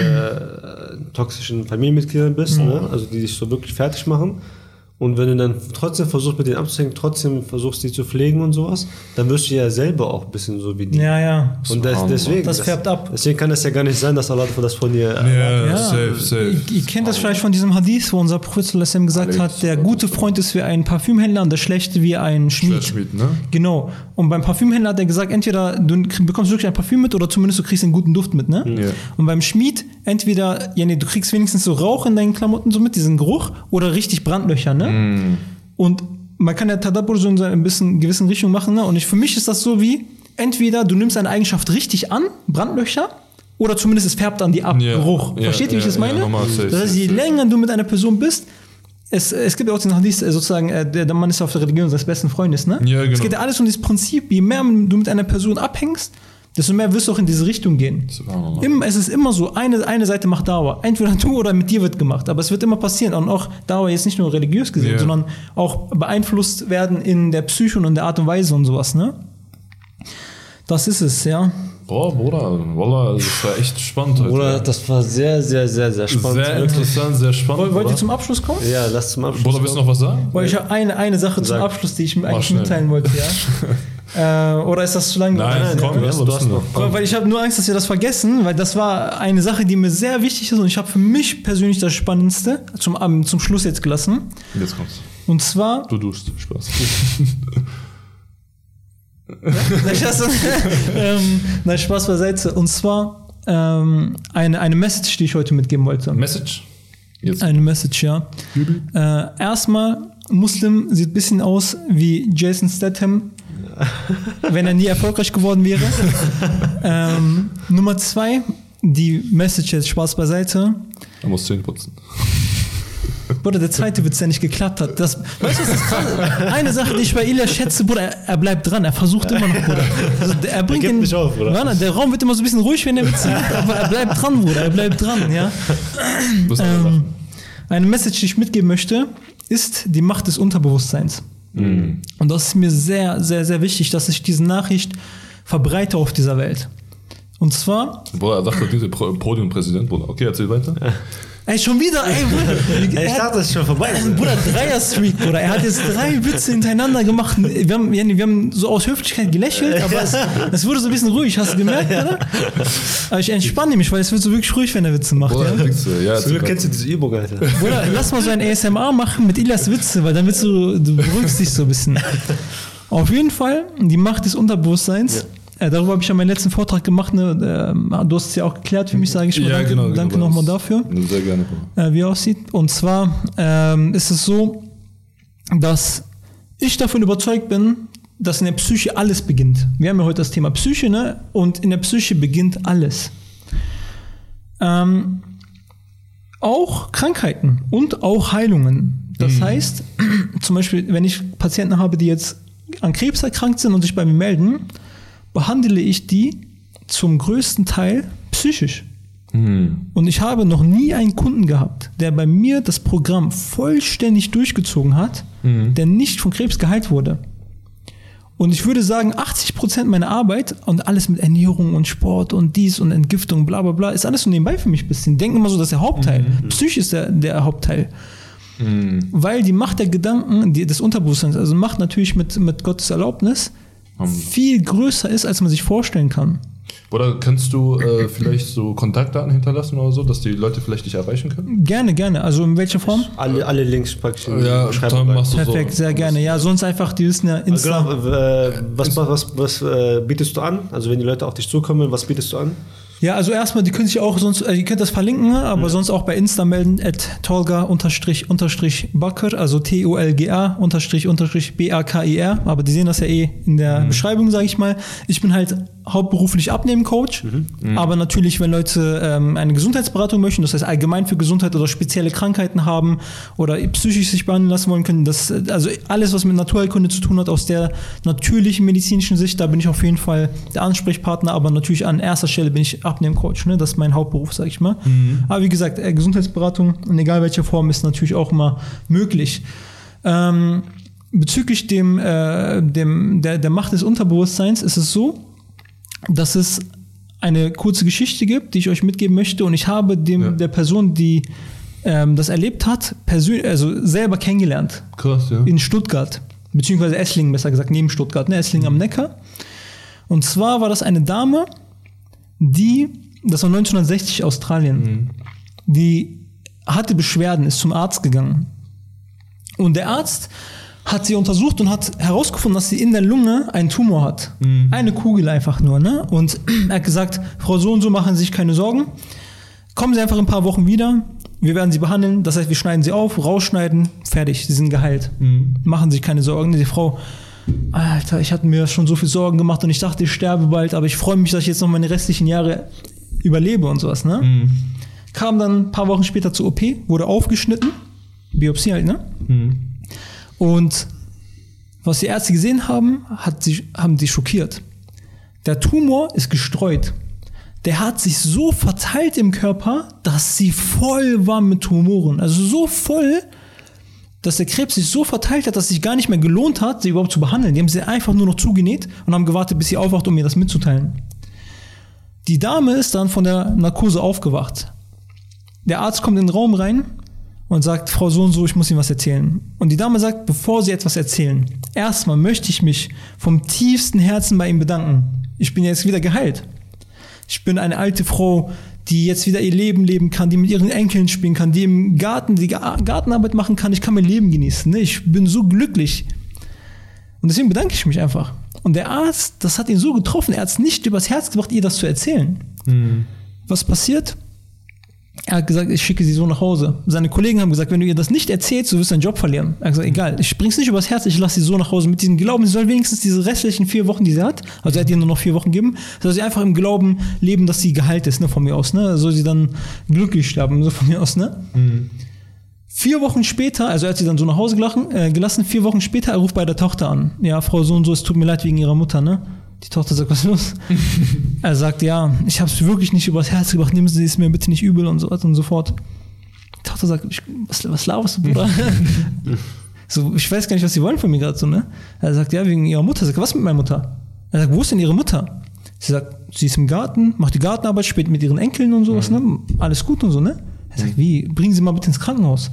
äh, toxischen Familienmitgliedern bist, mm. ne? Also die dich so wirklich fertig machen. Und wenn du dann trotzdem versuchst, mit denen abzuhängen, trotzdem versuchst, die zu pflegen und sowas, dann wirst du ja selber auch ein bisschen so wie die. Ja, ja. Und das, deswegen, das färbt ab. Deswegen kann es ja gar nicht sein, dass Allah das von dir... Ja, ja. safe, safe. Ihr, ihr kennt das vielleicht von diesem Hadith, wo unser Prophet gesagt hat, der gute Freund ist wie ein Parfümhändler und der schlechte wie ein Schmied. Schmied, ne? Genau. Und beim Parfümhändler hat er gesagt, entweder du bekommst wirklich ein Parfüm mit oder zumindest du kriegst einen guten Duft mit, ne? Ja. Und beim Schmied entweder, ja nee, du kriegst wenigstens so Rauch in deinen Klamotten so mit, diesen Geruch, oder richtig Brandlöcher, ne? Mm. Und man kann ja Tadabbur so in ein bisschen gewissen Richtung machen, ne? Und ich, für mich ist das so wie, entweder du nimmst eine Eigenschaft richtig an, Brandlöcher, oder zumindest es färbt an die ab, yeah. Geruch. Yeah, Versteht ihr, yeah, wie ich das meine? Yeah, safe, das heißt, je safe. länger du mit einer Person bist, es, es gibt ja auch den Hadith, sozusagen, der, der Mann ist auf der Religion seines besten Freundes, ne? Ja, genau. Es geht ja alles um dieses Prinzip, je mehr du mit einer Person abhängst, desto mehr wirst du auch in diese Richtung gehen. Im, es ist immer so, eine, eine Seite macht Dauer. Entweder du oder mit dir wird gemacht. Aber es wird immer passieren. Und auch Dauer jetzt nicht nur religiös gesehen, yeah. sondern auch beeinflusst werden in der Psyche und in der Art und Weise und sowas. Ne? Das ist es, ja. Boah, Bruder, Wallah, das war echt spannend heute. Bruder, das war sehr, sehr, sehr, sehr spannend. Sehr interessant, sehr spannend. Wollt ihr zum Abschluss kommen? Ja, lass zum Abschluss Bruder, willst du noch was sagen? Weil ich habe eine, eine Sache Sag. zum Abschluss, die ich eigentlich mitteilen wollte, ja. Äh, oder ist das zu lang? Nein, Nein komm, ja, du hast noch. Komm. Weil ich habe nur Angst, dass wir das vergessen, weil das war eine Sache, die mir sehr wichtig ist und ich habe für mich persönlich das Spannendste zum, um, zum Schluss jetzt gelassen. Jetzt kommt's. Und zwar... Du duschst, Spaß. Ja? ähm, nein, Spaß beiseite. Und zwar ähm, eine, eine Message, die ich heute mitgeben wollte. Message? Jetzt. Eine Message, ja. Äh, erstmal Muslim sieht ein bisschen aus wie Jason Statham, wenn er nie erfolgreich geworden wäre. ähm, Nummer zwei, die Message jetzt Spaß beiseite. Er muss Zähne putzen. Bruder, der zweite Witz, der nicht geklappt hat. Das, weißt du, was das krass? Eine Sache, die ich bei Ilya schätze, Bruder, er, er bleibt dran, er versucht immer noch, Bruder. Also, der, er bringt er den, nicht auf, Bruder. Mann, der Raum wird immer so ein bisschen ruhig, wenn er Witze macht, aber er bleibt dran, Bruder, er bleibt dran, ja. Ähm, eine Message, die ich mitgeben möchte, ist die Macht des Unterbewusstseins. Mhm. Und das ist mir sehr, sehr, sehr wichtig, dass ich diese Nachricht verbreite auf dieser Welt. Und zwar... Bruder, er sagt doch diese Podiumpräsident, Bruder. Okay, erzähl weiter. Ey, schon wieder, ey, Bruder. Ich dachte, das ist schon vorbei. Bruder, Dreier-Streak, Bruder. Er hat jetzt drei Witze hintereinander gemacht. Wir haben, wir haben so aus Höflichkeit gelächelt, aber es, es wurde so ein bisschen ruhig. Hast du gemerkt, oder? Aber ich entspanne mich, weil es wird so wirklich ruhig, wenn er Witze macht. Bruder, ja? ja, so kennst du diese Übung, Alter. Bruder, lass mal so ein A S M R machen mit Ilyas Witze, weil dann willst du, du beruhigst dich so ein bisschen. Auf jeden Fall, die Macht des Unterbewusstseins. Ja. Äh, darüber habe ich ja meinen letzten Vortrag gemacht. Ne? Äh, du hast es ja auch geklärt für mich, sage ich mal. Ja, danke genau, danke genau, nochmal dafür. Sehr gerne. Äh, wie er aussieht. Und zwar ähm, ist es so, dass ich davon überzeugt bin, dass in der Psyche alles beginnt. Wir haben ja heute das Thema Psyche, ne? Und in der Psyche beginnt alles. Ähm, auch Krankheiten und auch Heilungen. Das mhm. heißt, zum Beispiel, wenn ich Patienten habe, die jetzt an Krebs erkrankt sind und sich bei mir melden, behandle ich die zum größten Teil psychisch. Mhm. Und ich habe noch nie einen Kunden gehabt, der bei mir das Programm vollständig durchgezogen hat, mhm. der nicht von Krebs geheilt wurde. Und ich würde sagen, achtzig Prozent meiner Arbeit und alles mit Ernährung und Sport und dies und Entgiftung, bla bla bla, ist alles so nebenbei für mich ein bisschen. Denken immer so, das ist der Hauptteil. Mhm. Psyche ist der, der Hauptteil. Mhm. Weil die Macht der Gedanken, die, des Unterbewusstseins, also Macht natürlich mit, mit Gottes Erlaubnis, viel größer ist, als man sich vorstellen kann. Oder kannst du äh, vielleicht so Kontaktdaten hinterlassen oder so, dass die Leute vielleicht dich erreichen können? Gerne, gerne. Also in welcher Form? Alle, alle Links praktisch in ja, Beschreibung. Perfekt, so, sehr gerne. Ja, sonst einfach, die wissen ja Insta. Genau, äh, was was, was, was äh, bietest du an? Also wenn die Leute auf dich zukommen, was bietest du an? Ja, also erstmal, die können sich auch sonst, äh, ihr könnt das verlinken, aber ja. sonst auch bei Insta melden, at tolga unterstrich unterstrich Bakr, also T O L G A unterstrich unterstrich B A K I R, aber die sehen das ja eh in der mhm. Beschreibung, sage ich mal. Ich bin halt hauptberuflich Abnehmen-Coach, mhm. aber natürlich, wenn Leute ähm, eine Gesundheitsberatung möchten, das heißt allgemein für Gesundheit oder spezielle Krankheiten haben oder psychisch sich behandeln lassen wollen können, das, also alles, was mit Naturheilkunde zu tun hat, aus der natürlichen medizinischen Sicht, da bin ich auf jeden Fall der Ansprechpartner, aber natürlich an erster Stelle bin ich Abnehmen-Coach, ne? Das ist mein Hauptberuf, sag ich mal. Mhm. Aber wie gesagt, Gesundheitsberatung, in egal welcher Form, ist natürlich auch immer möglich. Ähm, bezüglich dem, äh, dem, der, der Macht des Unterbewusstseins ist es so, dass es eine kurze Geschichte gibt, die ich euch mitgeben möchte, und ich habe dem, ja. der Person, die ähm, das erlebt hat, persönlich, also selber kennengelernt. Krass, ja. In Stuttgart, beziehungsweise Esslingen, besser gesagt, neben Stuttgart, ne? Esslingen mhm. am Neckar. Und zwar war das eine Dame, die, das war neunzehnhundertsechzig Australien, mhm. die hatte Beschwerden, ist zum Arzt gegangen. Und der Arzt hat sie untersucht und hat herausgefunden, dass sie in der Lunge einen Tumor hat. Mhm. Eine Kugel einfach nur, ne? Und er hat gesagt, Frau so und so, machen Sie sich keine Sorgen. Kommen Sie einfach in ein paar Wochen wieder. Wir werden Sie behandeln. Das heißt, wir schneiden Sie auf, rausschneiden, fertig. Sie sind geheilt. Mhm. Machen Sie sich keine Sorgen. Die Frau, Alter, ich hatte mir schon so viel Sorgen gemacht und ich dachte, ich sterbe bald, aber ich freue mich, dass ich jetzt noch meine restlichen Jahre überlebe und sowas, ne? Mhm. Kam dann ein paar Wochen später zur O P, wurde aufgeschnitten. Biopsie halt, ne? Mhm. Und was die Ärzte gesehen haben, hat sie, haben sie schockiert. Der Tumor ist gestreut. Der hat sich so verteilt im Körper, dass sie voll war mit Tumoren. Also so voll, dass der Krebs sich so verteilt hat, dass es sich gar nicht mehr gelohnt hat, sie überhaupt zu behandeln. Die haben sie einfach nur noch zugenäht und haben gewartet, bis sie aufwacht, um mir das mitzuteilen. Die Dame ist dann von der Narkose aufgewacht. Der Arzt kommt in den Raum rein und sagt, Frau so und so, ich muss Ihnen was erzählen. Und die Dame sagt, bevor Sie etwas erzählen, erstmal möchte ich mich vom tiefsten Herzen bei Ihnen bedanken. Ich bin jetzt wieder geheilt. Ich bin eine alte Frau, die jetzt wieder ihr Leben leben kann, die mit ihren Enkeln spielen kann, die im Garten die Gartenarbeit machen kann. Ich kann mein Leben genießen. Ich bin so glücklich. Und deswegen bedanke ich mich einfach. Und der Arzt, das hat ihn so getroffen, er hat es nicht übers Herz gebracht, ihr das zu erzählen. Mhm. Was passiert? Er hat gesagt, ich schicke sie so nach Hause. Seine Kollegen haben gesagt, wenn du ihr das nicht erzählst, du wirst deinen Job verlieren. Er hat gesagt, egal, ich bring's nicht übers Herz, ich lasse sie so nach Hause. Mit diesem Glauben, sie soll wenigstens diese restlichen vier Wochen, die sie hat, also er hat ihr nur noch vier Wochen gegeben, soll sie einfach im Glauben leben, dass sie geheilt ist, ne, von mir aus, ne? Soll sie dann glücklich sterben, so von mir aus, ne? Mhm. Vier Wochen später, also er hat sie dann so nach Hause gelassen, äh, gelassen, vier Wochen später, er ruft bei der Tochter an. Ja, Frau so und so, es tut mir leid wegen ihrer Mutter, ne? Die Tochter sagt, was ist los? Er sagt, ja, ich habe es wirklich nicht übers Herz gebracht, nehmen Sie es mir bitte nicht übel und so weiter und so fort. Die Tochter sagt, ich, was, was laberst du, Bruder? So, ich weiß gar nicht, was Sie wollen von mir gerade so, ne? Er sagt, ja, wegen ihrer Mutter. Er sagt, was mit meiner Mutter? Er sagt, wo ist denn ihre Mutter? Sie sagt, sie ist im Garten, macht die Gartenarbeit, spielt mit ihren Enkeln und sowas, mhm. ne? Alles gut und so, ne? Er sagt, wie? Bringen Sie mal bitte ins Krankenhaus.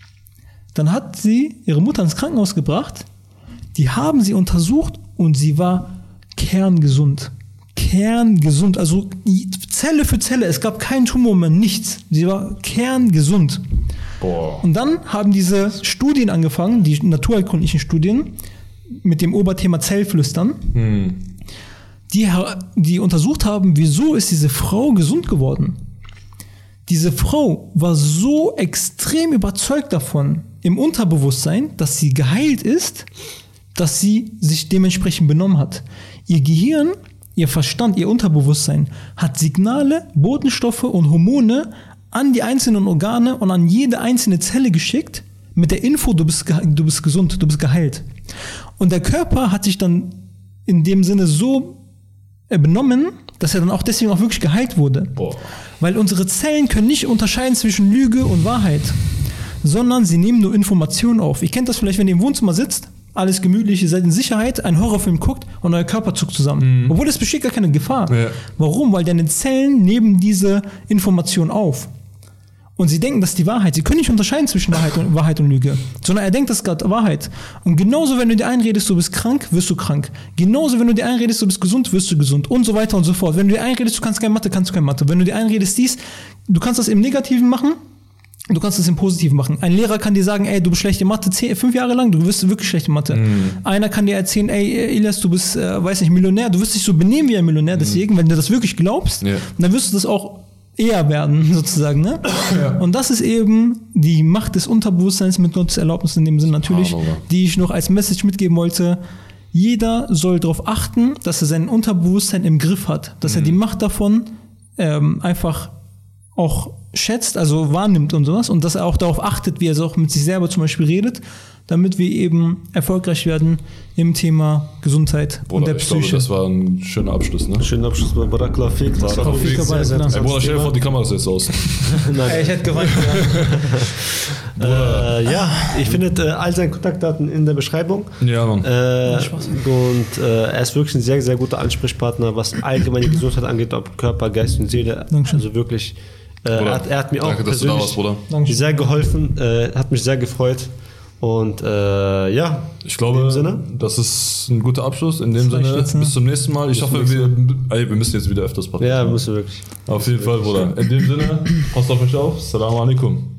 Dann hat sie ihre Mutter ins Krankenhaus gebracht, die haben sie untersucht und sie war kerngesund. Kerngesund, also Zelle für Zelle, es gab keinen Tumor mehr, nichts. Sie war kerngesund. Boah. Und dann haben diese Studien angefangen, die naturheilkundlichen Studien, mit dem Oberthema Zellflüstern, hm. die, die untersucht haben, wieso ist diese Frau gesund geworden. Diese Frau war so extrem überzeugt davon, im Unterbewusstsein, dass sie geheilt ist, dass sie sich dementsprechend benommen hat. Ihr Gehirn, ihr Verstand, ihr Unterbewusstsein hat Signale, Botenstoffe und Hormone an die einzelnen Organe und an jede einzelne Zelle geschickt mit der Info, du bist, du bist gesund, du bist geheilt. Und der Körper hat sich dann in dem Sinne so benommen, dass er dann auch deswegen auch wirklich geheilt wurde. Boah. Weil unsere Zellen können nicht unterscheiden zwischen Lüge und Wahrheit, sondern sie nehmen nur Informationen auf. Ihr kennt das vielleicht, wenn ihr im Wohnzimmer sitzt, alles gemütlich, ihr seid in Sicherheit, einen Horrorfilm guckt und euer Körper zuckt zusammen. Mhm. Obwohl es besteht gar keine Gefahr. Ja. Warum? Weil deine Zellen nehmen diese Information auf. Und sie denken, das ist die Wahrheit. Sie können nicht unterscheiden zwischen Wahrheit und, Wahrheit und Lüge. Sondern er denkt, das ist gerade Wahrheit. Und genauso, wenn du dir einredest, du bist krank, wirst du krank. Genauso, wenn du dir einredest, du bist gesund, wirst du gesund. Und so weiter und so fort. Wenn du dir einredest, du kannst keine Mathe, kannst du keine Mathe. Wenn du dir einredest, dies, du kannst das im Negativen machen, du kannst das im Positiven machen. Ein Lehrer kann dir sagen, ey, du bist schlecht in Mathe, zehn, fünf Jahre lang, du wirst wirklich schlecht in Mathe. Mm. Einer kann dir erzählen, ey, Elias, du bist, äh, weiß nicht, Millionär, du wirst dich so benehmen wie ein Millionär, deswegen, mm. wenn du das wirklich glaubst, yeah. dann wirst du das auch eher werden, sozusagen, ne? Ja. Und das ist eben die Macht des Unterbewusstseins mit Gottes Erlaubnis in dem Sinn natürlich, ah, die ich noch als Message mitgeben wollte. Jeder soll darauf achten, dass er sein Unterbewusstsein im Griff hat, dass mm. er die Macht davon ähm, einfach auch schätzt, also wahrnimmt und sowas und dass er auch darauf achtet, wie er so auch mit sich selber zum Beispiel redet, damit wir eben erfolgreich werden im Thema Gesundheit Bruder, und der ich Psyche. Glaube, das war ein schöner Abschluss, ne? Schöner Abschluss bei Barakla Fik. Das war Fik dabei, genau. Ey, Bruder, stell dir vor, die Kamera ist jetzt aus. Nein. Ey, ich hätte geweint, ja. äh, ja, ich finde äh, all seine Kontaktdaten in der Beschreibung. Ja, Mann. Äh, und äh, er ist wirklich ein sehr, sehr guter Ansprechpartner, was allgemeine Gesundheit angeht, ob Körper, Geist und Seele. Dankeschön. Also wirklich, äh, er, hat, er hat mir Danke, auch persönlich warst, sehr geholfen, äh, hat mich sehr gefreut. Und äh, ja, ich glaube, Sinne, das ist ein guter Abschluss. In dem Sinne, jetzt, ne? Bis zum nächsten Mal. Ich bis hoffe, wir, ey, wir müssen jetzt wieder öfters machen. Ja, wir müssen wirklich. Auf jeden Fall, Bruder. In dem Sinne, passt auf euch auf. Assalamu alaikum.